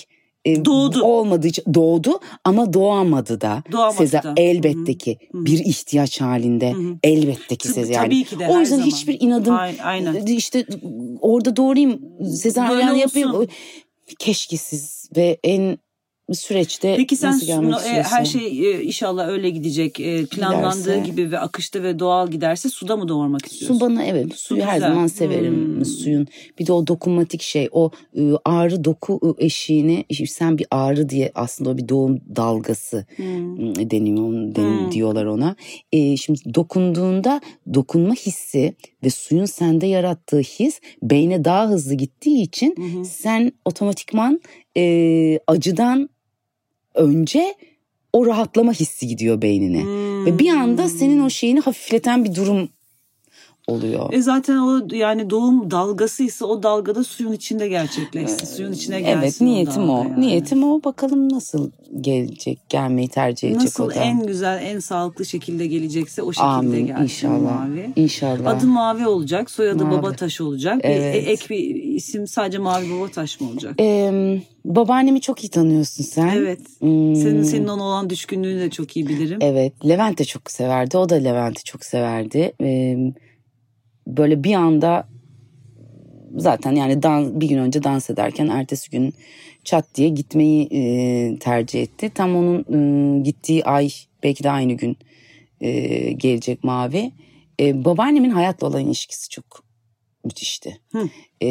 e, Doğdu. olmadığı için doğdu ama doğamadı da. Doğamadı Sezar da. elbette Hı-hı. ki Hı-hı. bir ihtiyaç halinde. Hı-hı. Elbette ki Sezar. Tabii ki de. O yüzden zaman. hiçbir inadım Aynen. işte orada doğrayayım sezaryen yapayım. Keşkesiz ve en süreçte Peki sen nasıl gelmek e, istiyorsun? her şey e, inşallah öyle gidecek. E, planlandığı Giderse, gibi ve akışta ve doğal giderse suda mı doğurmak istiyorsun? Su bana evet. Suyu Su her güzel. zaman severim. Hmm. Suyun bir de o dokunmatik şey, o ıı, ağrı doku eşiğini, sen bir ağrı diye aslında o bir doğum dalgası hmm. deniyor den, hmm. diyorlar ona. E, şimdi dokunduğunda dokunma hissi ve suyun sende yarattığı his beyne daha hızlı gittiği için hmm. sen otomatikman e, acıdan önce o rahatlama hissi gidiyor beynine. Hmm. Ve bir anda senin o şeyini hafifleten bir durum oluyor. E zaten o yani doğum dalgasıysa o dalgada suyun içinde gerçekleşsin. Ee, suyun içine gelsin. Evet, niyetim o. Yani. Niyetim o. Bakalım nasıl gelecek, gelmeyi tercih edecek nasıl o da. Nasıl en güzel, en sağlıklı şekilde gelecekse o şekilde Amin, gelsin. İnşallah. Mavi. İnşallah. Adı Mavi olacak. Soyadı Mavi. Babataş olacak. Evet. E, ek bir isim sadece Mavi Babataş mı olacak? Ee, babaannemi çok iyi tanıyorsun sen. Evet. Hmm. Senin senin ona olan düşkünlüğünü de çok iyi bilirim. Evet. Levent de çok severdi. O da Levent'i çok severdi. Ee, böyle bir anda zaten yani dans, bir gün önce dans ederken ertesi gün çat diye gitmeyi e, tercih etti. Tam onun e, gittiği ay belki de aynı gün e, gelecek Mavi. E, babaannemin hayatla olan ilişkisi çok müthişti. E,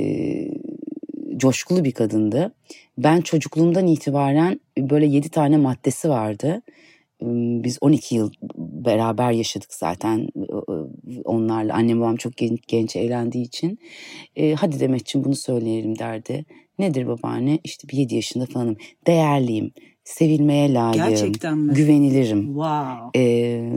coşkulu bir kadındı. Ben çocukluğumdan itibaren böyle yedi tane maddesi vardı. Biz on iki yıl beraber yaşadık zaten onlarla. Annem babam çok genç, genç evlendiği için. E, hadi Demetciğim bunu söyleyelim derdi. Nedir babaanne? İşte bir yedi yaşında falanım. Değerliyim. Sevilmeye layığım. Gerçekten mi? Güvenilirim. Wow. E,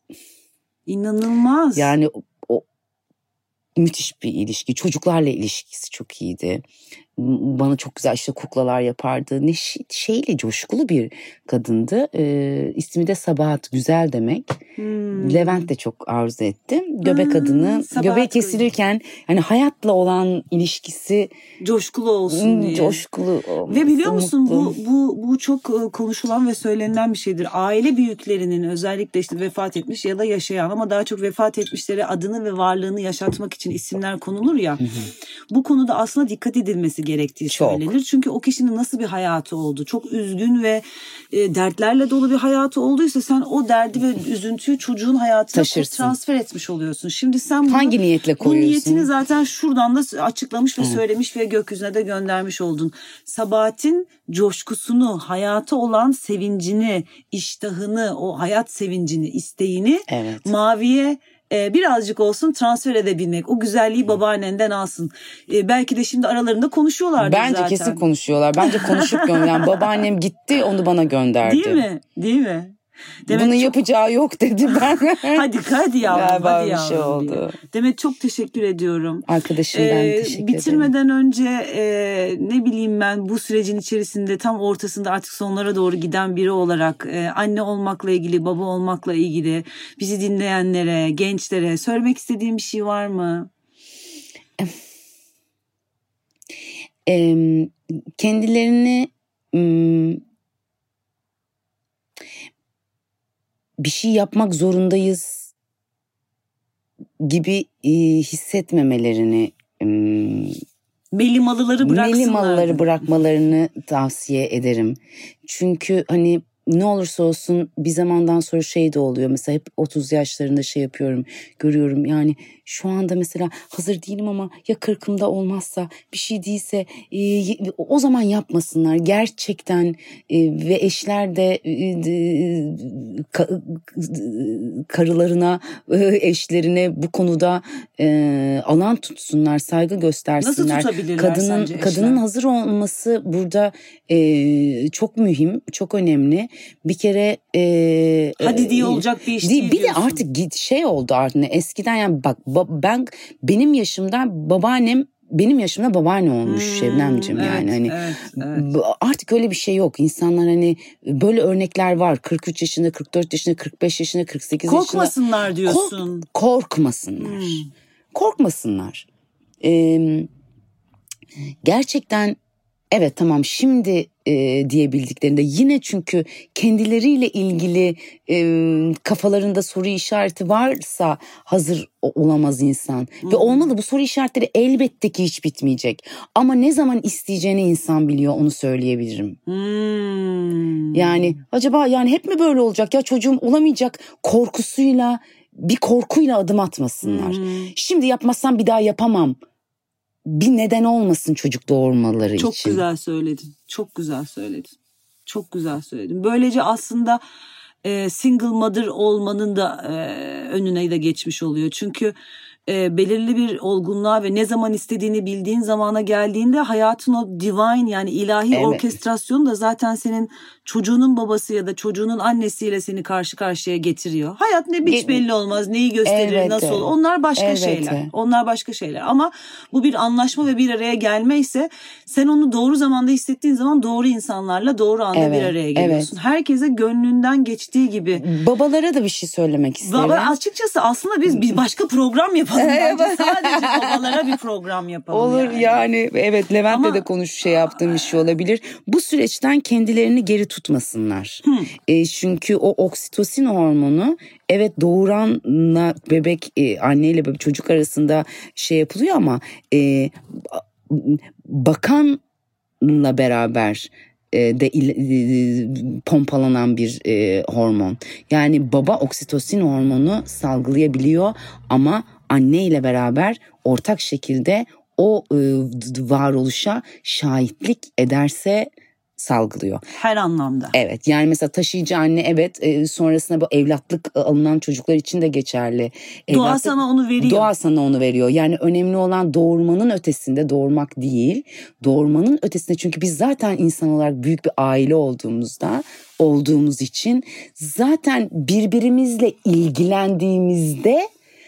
İnanılmaz. Yani o, o müthiş bir ilişki. Çocuklarla ilişkisi çok iyiydi. Bana çok güzel işte kuklalar yapardı. Ne şeyle coşkulu bir kadındı. Ee, ismi de Sabahat, güzel demek. Hmm. Levent de çok arzu etti. Göbek hmm, adını göbeği kesilirken hani hayatla olan ilişkisi coşkulu olsun diye. Coşkulu. Ve biliyor musun bu bu bu çok konuşulan ve söylenilen bir şeydir. Aile büyüklerinin özellikle işte vefat etmiş ya da yaşayan ama daha çok vefat etmişlere adını ve varlığını yaşatmak için isimler konulur ya. Hı hı. Bu konuda aslında dikkat edilmesi gerektiği çok söylenir. Çünkü o kişinin nasıl bir hayatı oldu? Çok üzgün ve e, dertlerle dolu bir hayatı olduysa sen o derdi ve üzüntüyü çocuğun hayatına taşırsın, transfer etmiş oluyorsun. Şimdi sen bunu, hangi niyetle koyuyorsun? Bu niyetini zaten şuradan da açıklamış ve Hı. söylemiş ve gökyüzüne de göndermiş oldun. Sabahat'in coşkusunu, hayata olan sevincini, iştahını, o hayat sevincini, isteğini evet. Mavi'ye birazcık olsun transfer edebilmek. O güzelliği babaannenden alsın. Ee, belki de şimdi aralarında konuşuyorlardır Bence zaten. Bence kesin konuşuyorlar. Bence konuşup gönderen. Babaannem gitti onu bana gönderdi. Değil mi? Değil mi? Demek Bunun çok... yapacağı yok dedi ben. hadi hadi yavrum. Galiba hadi bir yavrum şey oldu. Demet çok teşekkür ediyorum. Arkadaşım ben ee, teşekkür bitirmeden ederim. önce e, ne bileyim ben bu sürecin içerisinde tam ortasında artık sonlara doğru giden biri olarak e, anne olmakla ilgili, baba olmakla ilgili bizi dinleyenlere, gençlere söylemek istediğin bir şey var mı? E, kendilerini m- bir şey yapmak zorundayız gibi e, hissetmemelerini, e, melimalıları bıraksınlar. Melimalıları bırakmalarını tavsiye ederim. Çünkü hani ne olursa olsun bir zamandan sonra şey de oluyor. Mesela hep otuz yaşlarında şey yapıyorum, görüyorum. Yani şu anda mesela hazır değilim ama ya kırkımda olmazsa bir şey değilse e, o zaman yapmasınlar. Gerçekten e, ve eşler de e, ka, karılarına, e, eşlerine bu konuda e, alan tutsunlar, saygı göstersinler. Nasıl tutabilirler kadının, sence eşler? Kadının hazır olması burada e, çok mühim, çok önemli. Bir kere e, hadi diye olacak bir iş değil. Bir diyorsun. De artık git şey oldu artık eskiden yani bak ben ben benim yaşımda babaannem benim yaşımda babaanne olmuş hmm, Şebnemciğim evet, yani hani evet, evet. Artık öyle bir şey yok. İnsanlar hani böyle örnekler var. kırk üç yaşında, kırk dört yaşında, kırk beş yaşında, kırk sekiz korkmasınlar yaşında. Korkmasınlar diyorsun. Kork, korkmasınlar. Hmm. Korkmasınlar. Ee, gerçekten evet tamam şimdi e, diyebildiklerinde yine çünkü kendileriyle ilgili e, kafalarında soru işareti varsa hazır olamaz insan. Hmm. Ve olmalı, bu soru işaretleri elbette ki hiç bitmeyecek. Ama ne zaman isteyeceğini insan biliyor, onu söyleyebilirim. Hmm. Yani acaba yani hep mi böyle olacak ya, çocuğum olamayacak korkusuyla, bir korkuyla adım atmasınlar. Hmm. Şimdi yapmazsam bir daha yapamam. Bir neden olmasın çocuk doğurmaları Çok için. Çok güzel söyledin. Çok güzel söyledin. Çok güzel söyledin. Böylece aslında e, single mother olmanın da e, önüne de geçmiş oluyor. Çünkü e, belirli bir olgunluğa ve ne zaman istediğini bildiğin zamana geldiğinde hayatın o divine, yani ilahi evet. orkestrasyonu da zaten senin çocuğunun babası ya da çocuğunun annesiyle seni karşı karşıya getiriyor. Hayat ne hiç belli olmaz, neyi gösterir, elbette. Nasıl olur. Onlar başka elbette. şeyler. Onlar başka şeyler. Ama bu bir anlaşma ve bir araya gelme ise sen onu doğru zamanda hissettiğin zaman doğru insanlarla doğru anda evet. bir araya geliyorsun. Evet. Herkese gönlünden geçtiği gibi. Babalara da bir şey söylemek isterim. Baba, açıkçası aslında biz bir başka program yapalım. Bence sadece babalara bir program yapalım. Olur yani. yani evet, Levent'le Ama... de konuş şey yaptığım bir şey olabilir. Bu süreçten kendilerini geri tutmasınlar. Hmm. E, çünkü o oksitosin hormonu evet doğuranla bebek e, anneyle bebek çocuk arasında şey yapılıyor ama e, bakanla beraber de pompalanan bir e, hormon. Yani baba oksitosin hormonu salgılayabiliyor ama anne ile beraber ortak şekilde o e, varoluşa şahitlik ederse salgılıyor. Her anlamda. Evet, yani mesela taşıyıcı anne evet e, sonrasında bu evlatlık alınan çocuklar için de geçerli. Evlatlık, doğa sana onu veriyor. Doğa sana onu veriyor. Yani önemli olan doğurmanın ötesinde, doğurmak değil. Doğurmanın ötesinde, çünkü biz zaten insan olarak büyük bir aile olduğumuzda olduğumuz için zaten birbirimizle ilgilendiğimizde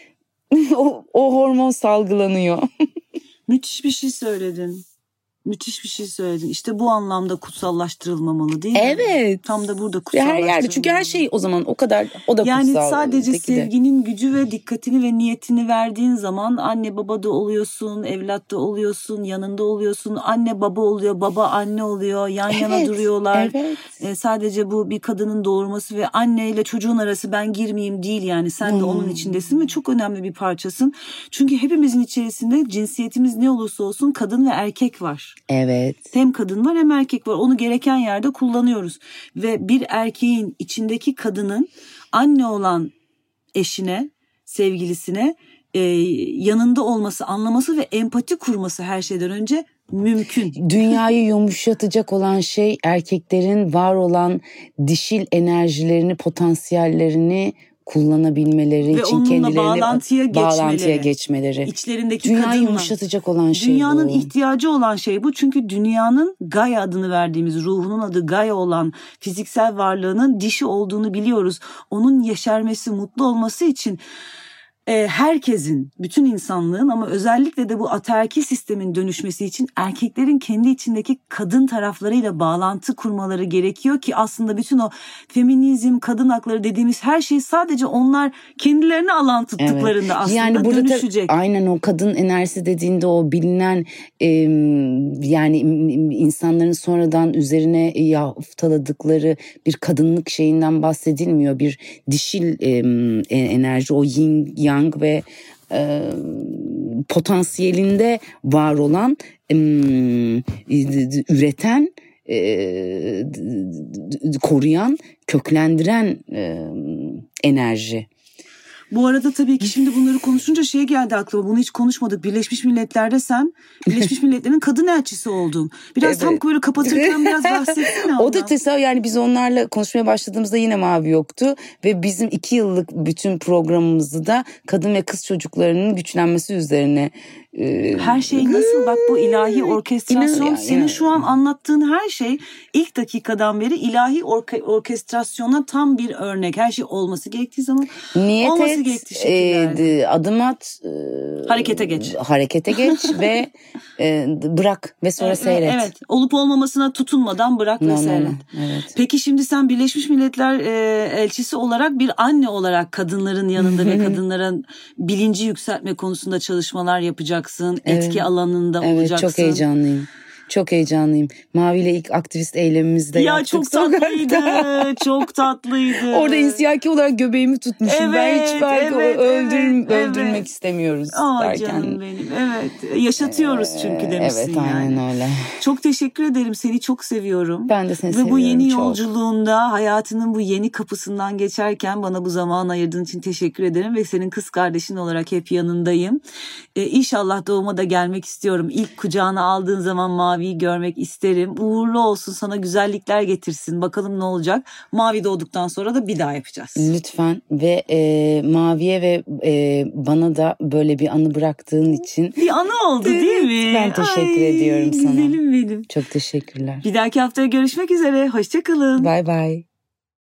o, o hormon salgılanıyor. Müthiş bir şey söyledin. Müthiş bir şey söyledin. İşte bu anlamda kutsallaştırılmamalı değil mi? Evet. Tam da burada kutsallaştırılmalı. Her yerde, çünkü her şey o zaman o kadar, o da kutsal. Yani sadece sevginin gücü ve dikkatini ve niyetini verdiğin zaman anne baba da oluyorsun, evlat da oluyorsun, yanında oluyorsun. Anne baba oluyor, baba anne oluyor, yan evet, yana duruyorlar. Evet. Ee, sadece bu bir kadının doğurması ve anneyle çocuğun arası ben girmeyeyim değil, yani sen hmm. de onun içindesin ve çok önemli bir parçasın. Çünkü hepimizin içerisinde cinsiyetimiz ne olursa olsun kadın ve erkek var. Evet. Hem kadın var hem erkek var. Onu gereken yerde kullanıyoruz. Ve bir erkeğin içindeki kadının anne olan eşine, sevgilisine e, yanında olması, anlaması ve empati kurması her şeyden önce mümkün. Dünyayı yumuşatacak olan şey erkeklerin var olan dişil enerjilerini, potansiyellerini kullanabilmeleri ve için kendilerini bağlantıya geçmeleri, bağlantıya geçmeleri. İçlerindeki dünyayı kadınla yumuşatacak olan şey dünyanın bu. ihtiyacı olan şey bu. Çünkü dünyanın Gaia adını verdiğimiz, ruhunun adı Gaia olan fiziksel varlığının dişi olduğunu biliyoruz. Onun yeşermesi, mutlu olması için e, herkesin, bütün insanlığın ama özellikle de bu ataerkil sistemin dönüşmesi için erkeklerin kendi içindeki kadın taraflarıyla bağlantı kurmaları gerekiyor ki aslında bütün o feminizm, kadın hakları dediğimiz her şey sadece onlar kendilerine alan tuttuklarında evet. aslında yani burada dönüşecek. Da, aynen o kadın enerjisi dediğinde o bilinen e, yani insanların sonradan üzerine yaftaladıkları bir kadınlık şeyinden bahsedilmiyor. Bir dişil e, enerji, o yin yang ve e, potansiyelinde var olan e, üreten, e, koruyan, köklendiren e, enerji. Bu arada tabii ki şimdi bunları konuşunca şey geldi aklıma. Bunu hiç konuşmadık. Birleşmiş Milletler'de sen Birleşmiş Milletler'in kadın elçisi oldun. Biraz evet. tam böyle kapatırken biraz bahsetsene. O da tesadüf, yani biz onlarla konuşmaya başladığımızda yine Mavi yoktu. Ve bizim iki yıllık bütün programımızı da kadın ve kız çocuklarının güçlenmesi üzerine. E, her şey nasıl? Bak bu ilahi orkestrasyon. İnan, senin inan. Şu an anlattığın her şey ilk dakikadan beri ilahi orke, orkestrasyona tam bir örnek. Her şey olması gerektiği zaman niyet olması et, gerektiği şekilde. E, adım at. E, harekete geç. Harekete geç ve e, bırak ve sonra evet, seyret. Evet. Olup olmamasına tutunmadan bırak no, ve seyret. No, no. Evet. Peki şimdi sen Birleşmiş Milletler e, elçisi olarak, bir anne olarak kadınların yanında ve kadınların bilinci yükseltme konusunda çalışmalar yapacaksın. Evet. Etki alanında evet, olacaksın. Evet, çok heyecanlıyım. Çok heyecanlıyım. Mavi ile ilk aktivist eylemimizde ya yaptık. çok tatlıydı. Çok tatlıydı. Orada insiyaki olarak göbeğimi tutmuşum. Evet, ben hiç belki evet, öldürüm, evet, öldürmek evet. istemiyoruz Aa, derken. canım benim. Evet. Yaşatıyoruz çünkü demişsin evet, yani. aynen öyle. Çok teşekkür ederim. Seni çok seviyorum. Ben de seni Ve seviyorum bu yeni çok. yolculuğunda hayatının bu yeni kapısından geçerken bana bu zaman ayırdığın için teşekkür ederim. Ve senin kız kardeşin olarak hep yanındayım. Ee, İnşallah doğuma da gelmek istiyorum. İlk kucağına aldığın zaman Mavi'yi görmek isterim. Uğurlu olsun, sana güzellikler getirsin. Bakalım ne olacak. Mavi doğduktan sonra da bir daha yapacağız. Lütfen ve e, Mavi'ye ve e, bana da böyle bir anı bıraktığın için. Bir anı oldu değil mi? Ben teşekkür Ay, ediyorum sana. Güzelim benim. Çok teşekkürler. Bir dahaki haftaya görüşmek üzere. Hoşça kalın. Bye bye.